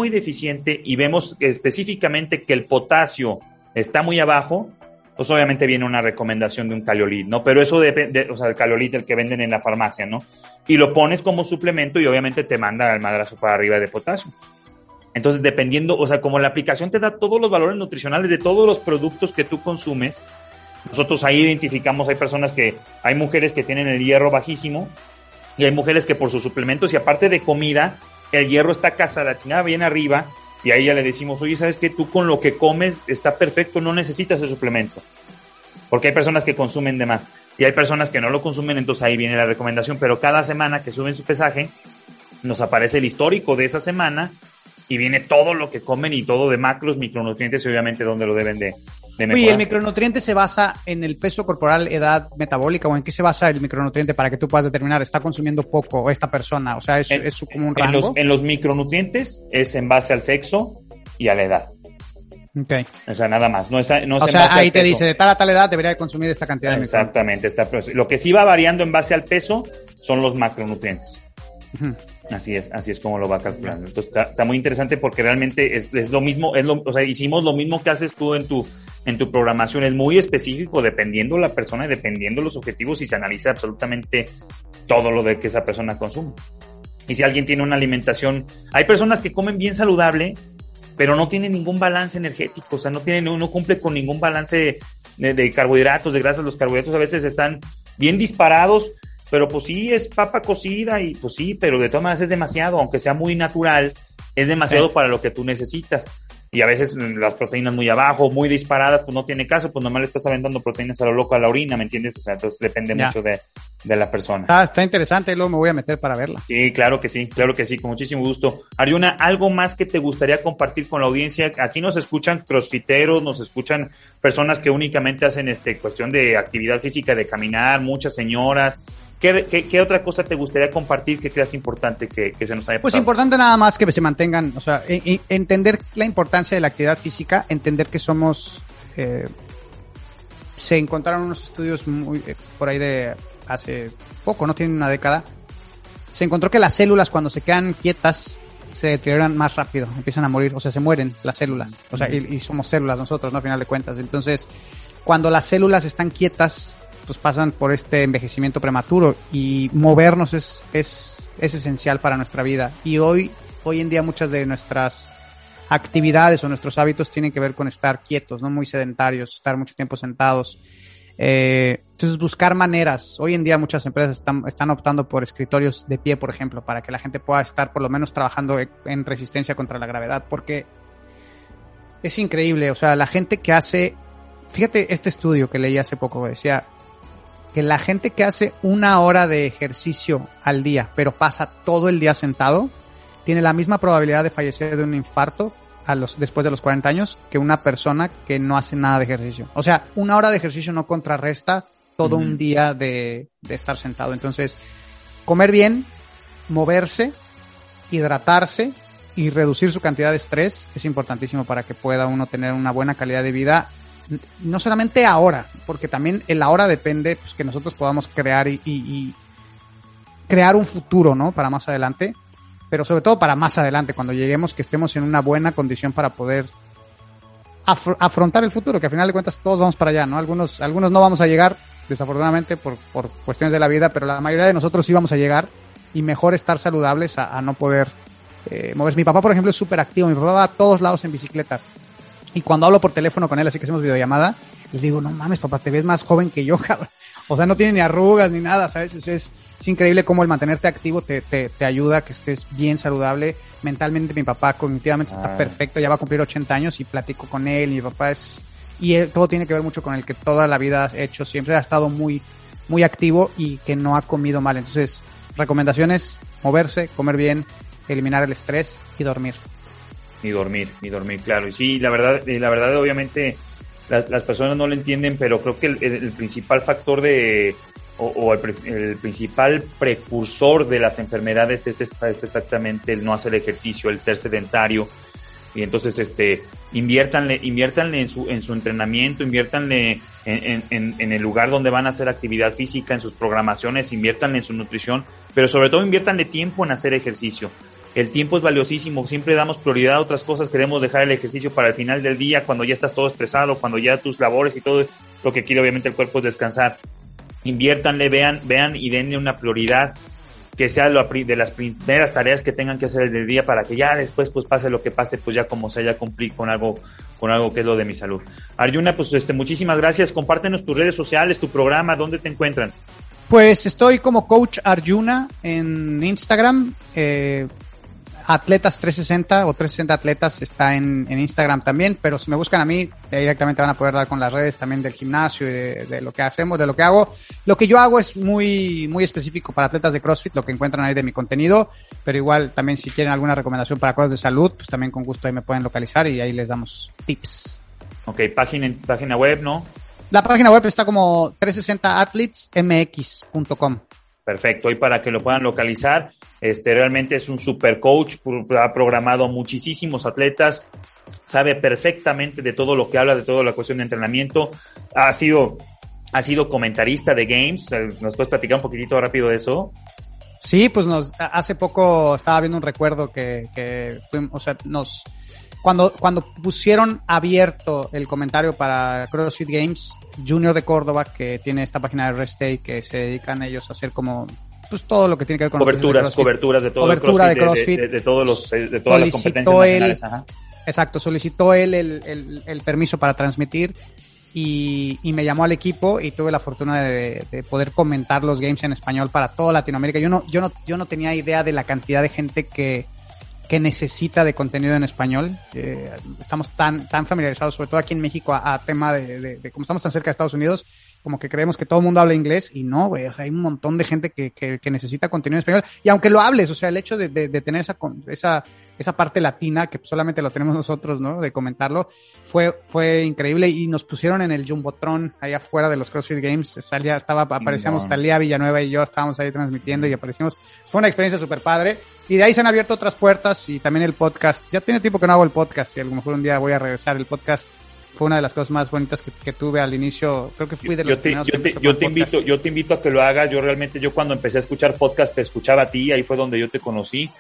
y vemos específicamente que el potasio está muy abajo, pues obviamente viene una recomendación de un Calolit, ¿no? Pero eso depende, o sea, el Calolit, el que venden en la farmacia, ¿no? Y lo pones como suplemento y obviamente te manda el madrazo para arriba de potasio. Entonces, dependiendo, o sea, como la aplicación te da todos los valores nutricionales de todos los productos que tú consumes, nosotros ahí identificamos, hay mujeres que tienen el hierro bajísimo y hay mujeres que por sus suplementos y aparte de comida, el hierro está casa la chingada bien arriba, y ahí ya le decimos, oye, ¿sabes qué? Tú con lo que comes está perfecto, no necesitas el suplemento. Porque hay personas que consumen de más y hay personas que no lo consumen, entonces ahí viene la recomendación. Pero cada semana que suben su pesaje, nos aparece el histórico de esa semana y viene todo lo que comen y todo de macros, micronutrientes y obviamente dónde lo deben de mejorar. Oye, ¿el micronutriente se basa en el peso corporal, edad metabólica, o en qué se basa el micronutriente para que tú puedas determinar está consumiendo poco esta persona? O sea, es como un rango. En los micronutrientes es en base al sexo y a la edad. Okay. O sea, nada más. No es en base ahí te dice, de tal a tal edad debería de consumir esta cantidad de micronutrientes. Exactamente. Lo que sí va variando en base al peso son los macronutrientes. Uh-huh. Así es como lo va calculando. Entonces está muy interesante porque realmente es lo mismo, o sea, hicimos lo mismo que haces tú en tu programación. Es muy específico dependiendo la persona y dependiendo los objetivos y se analiza absolutamente todo lo de que esa persona consume. Y si alguien tiene una alimentación, hay personas que comen bien saludable, pero no tienen ningún balance energético, o sea, no cumple con ningún balance de carbohidratos, de grasas. Los carbohidratos a veces están bien disparados, pero pues sí, es papa cocida y pues sí, pero de todas maneras es demasiado, aunque sea muy natural, es demasiado para lo que tú necesitas. y a veces las proteínas muy abajo, muy disparadas, pues no tiene caso, pues nomás le estás aventando proteínas a lo loco a la orina, ¿me entiendes? O sea, entonces depende mucho de la persona. Está interesante, luego me voy a meter para verla. Sí, claro que sí, con muchísimo gusto. Arjuna, ¿algo más que te gustaría compartir con la audiencia? Aquí nos escuchan crossfiteros, nos escuchan personas que únicamente hacen cuestión de actividad física, de caminar, muchas señoras. ¿Qué otra cosa te gustaría compartir que creas importante que se nos haya pasado? Pues importante nada más que se mantengan, o sea, entender la importancia de la actividad física, entender que somos, se encontraron unos estudios muy, por ahí de hace poco, no tienen una década, se encontró que las células cuando se quedan quietas se deterioran más rápido, empiezan a morir, o sea, se mueren las células, o sea, y somos células nosotros, ¿no? Al final de cuentas. Entonces, cuando las células están quietas, pues pasan por este envejecimiento prematuro, y movernos es esencial para nuestra vida. Y hoy en día muchas de nuestras actividades o nuestros hábitos tienen que ver con estar quietos, no muy sedentarios, estar mucho tiempo sentados. Entonces buscar maneras. Hoy en día muchas empresas están optando por escritorios de pie, por ejemplo, para que la gente pueda estar por lo menos trabajando en resistencia contra la gravedad, porque es increíble. O sea, la gente que hace, fíjate este estudio que leí hace poco, decía que la gente que hace 1 hora de ejercicio al día, pero pasa todo el día sentado, tiene la misma probabilidad de fallecer de un infarto después de los 40 años que una persona que no hace nada de ejercicio. O sea, 1 hora de ejercicio no contrarresta todo un día de estar sentado. Entonces, comer bien, moverse, hidratarse y reducir su cantidad de estrés es importantísimo para que pueda uno tener una buena calidad de vida. No solamente ahora, porque también el ahora depende, pues, que nosotros podamos crear y crear un futuro, ¿no? Para más adelante, pero sobre todo para más adelante, cuando lleguemos, que estemos en una buena condición para poder afrontar el futuro, que al final de cuentas todos vamos para allá, ¿no? Algunos no vamos a llegar, desafortunadamente, por cuestiones de la vida, pero la mayoría de nosotros sí vamos a llegar, y mejor estar saludables a no poder moverse. Mi papá, por ejemplo, es súper activo. Mi papá va a todos lados en bicicleta. Y cuando hablo por teléfono con él, así que hacemos videollamada, le digo, no mames, papá, te ves más joven que yo, cabrón. O sea, no tiene ni arrugas ni nada, ¿sabes? Es increíble cómo el mantenerte activo te ayuda a que estés bien saludable. Mentalmente, mi papá cognitivamente está perfecto, ya va a cumplir 80 años y platico con él. Mi papá todo tiene que ver mucho con el que toda la vida ha hecho, siempre ha estado muy, muy activo y que no ha comido mal. Entonces, recomendaciones: moverse, comer bien, eliminar el estrés y dormir. Y dormir, claro. Y sí, la verdad, obviamente, las personas no lo entienden, pero creo que el principal factor el principal precursor de las enfermedades es exactamente el no hacer ejercicio, el ser sedentario. Y entonces, inviértanle en su entrenamiento, inviértanle en el lugar donde van a hacer actividad física, en sus programaciones, inviértanle en su nutrición, pero sobre todo inviértanle tiempo en hacer ejercicio. El tiempo es valiosísimo, siempre damos prioridad a otras cosas, queremos dejar el ejercicio para el final del día, cuando ya estás todo estresado, cuando ya tus labores y todo lo que quiere obviamente el cuerpo es descansar. Inviértanle, vean y denle una prioridad que sea de las primeras tareas que tengan que hacer el día, para que ya después, pues pase lo que pase, pues ya como sea, ya cumplir con algo que es lo de mi salud. Arjuna, pues muchísimas gracias. Compártenos tus redes sociales, tu programa, ¿dónde te encuentran? Pues estoy como Coach Arjuna en Instagram, Atletas 360 o 360 Atletas está en Instagram también, pero si me buscan a mí, directamente van a poder dar con las redes también del gimnasio y de lo que hacemos, de lo que hago. Lo que yo hago es muy, muy específico para atletas de CrossFit, lo que encuentran ahí de mi contenido, pero igual también si quieren alguna recomendación para cosas de salud, pues también con gusto ahí me pueden localizar y ahí les damos tips. Ok, página web, ¿no? La página web está como 360athletesmx.com. Perfecto, y para que lo puedan localizar, realmente es un super coach, ha programado muchísimos atletas, sabe perfectamente de todo lo que habla, de toda la cuestión de entrenamiento, ha sido comentarista de Games. ¿Nos puedes platicar un poquitito rápido de eso? Sí, pues hace poco estaba viendo un recuerdo que fuimos, o sea, cuando pusieron abierto el comentario para CrossFit Games, Junior de Córdoba, que tiene esta página de Rest Day, que se dedican ellos a hacer como, pues todo lo que tiene que ver con coberturas de todo el CrossFit, de todas las competencias nacionales. Ajá. Exacto, solicitó él el permiso para transmitir y me llamó al equipo y tuve la fortuna de poder comentar los Games en español para toda Latinoamérica. Yo no tenía idea de la cantidad de gente que que necesita de contenido en español. Estamos tan familiarizados, sobre todo aquí en México, a tema de como estamos tan cerca de Estados Unidos, como que creemos que todo el mundo habla inglés, y no, güey, o sea, hay un montón de gente que necesita contenido en español, y aunque lo hables, o sea, el hecho de tener esa parte latina, que solamente lo tenemos nosotros, ¿no?, de comentarlo, fue increíble, y nos pusieron en el Jumbotron, allá afuera de los CrossFit Games, aparecíamos Talía Villanueva y yo, estábamos ahí transmitiendo y aparecimos, fue una experiencia súper padre, y de ahí se han abierto otras puertas, y también el podcast, ya tiene tiempo que no hago el podcast, y a lo mejor un día voy a regresar. El podcast fue una de las cosas más bonitas que tuve al inicio. Creo que fui de los primeros. Yo te invito a que lo hagas. Yo cuando empecé a escuchar podcast te escuchaba a ti, ahí fue donde yo te conocí.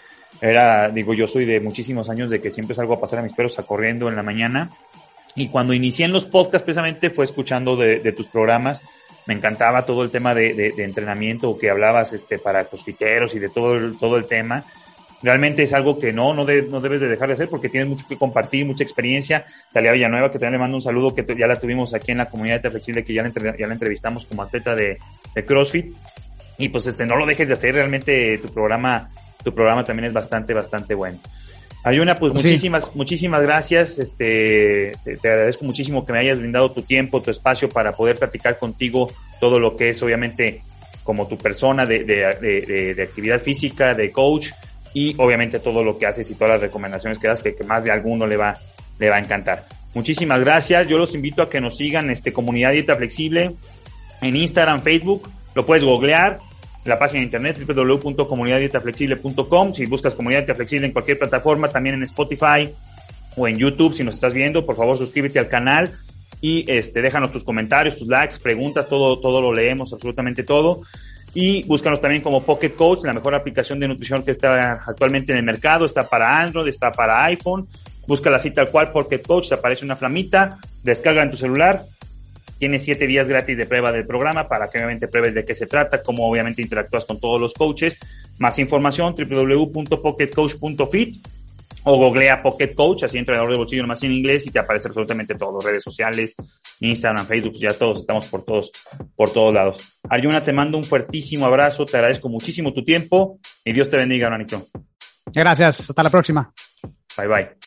Yo soy de muchísimos años de que siempre salgo a pasar a mis perros corriendo en la mañana. Y cuando inicié en los podcasts precisamente fue escuchando de tus programas. Me encantaba todo el tema de entrenamiento que hablabas para crossfiteros y de todo el tema. Realmente es algo que no debes de dejar de hacer porque tienes mucho que compartir, mucha experiencia. Talía Villanueva, que también le mando un saludo, que ya la tuvimos aquí en la comunidad de Flexible, que ya la entrevistamos como atleta de CrossFit. Y pues no lo dejes de hacer, realmente tu programa también es bastante bueno. Ayuna, pues sí. muchísimas gracias. Te agradezco muchísimo que me hayas brindado tu tiempo, tu espacio para poder platicar contigo todo lo que es, obviamente, como tu persona de actividad física, de coach, y obviamente todo lo que haces y todas las recomendaciones que das, que más de alguno le va a encantar. Muchísimas gracias. Yo los invito a que nos sigan, Comunidad Dieta Flexible, en Instagram, Facebook, lo puedes googlear, la página de internet www.comunidaddietaflexible.com. Si buscas Comunidad Dieta Flexible en cualquier plataforma, también en Spotify o en YouTube, si nos estás viendo, por favor suscríbete al canal y déjanos tus comentarios, tus likes, preguntas, todo lo leemos, absolutamente todo. Y búscanos también como Pocket Coach, la mejor aplicación de nutrición que está actualmente en el mercado. Está para Android, está para iPhone. Busca así tal cual, Pocket Coach, te aparece una flamita, descarga en tu celular. Tienes 7 días gratis de prueba del programa para que obviamente pruebes de qué se trata, cómo obviamente interactúas con todos los coaches. Más información, www.pocketcoach.fit, o googlea Pocket Coach, así entrenador de bolsillo nomás en inglés, y te aparece absolutamente todo, redes sociales, Instagram, Facebook, ya todos estamos por todos lados. Arjuna, te mando un fuertísimo abrazo, te agradezco muchísimo tu tiempo y Dios te bendiga, hermanito. Gracias, hasta la próxima. Bye.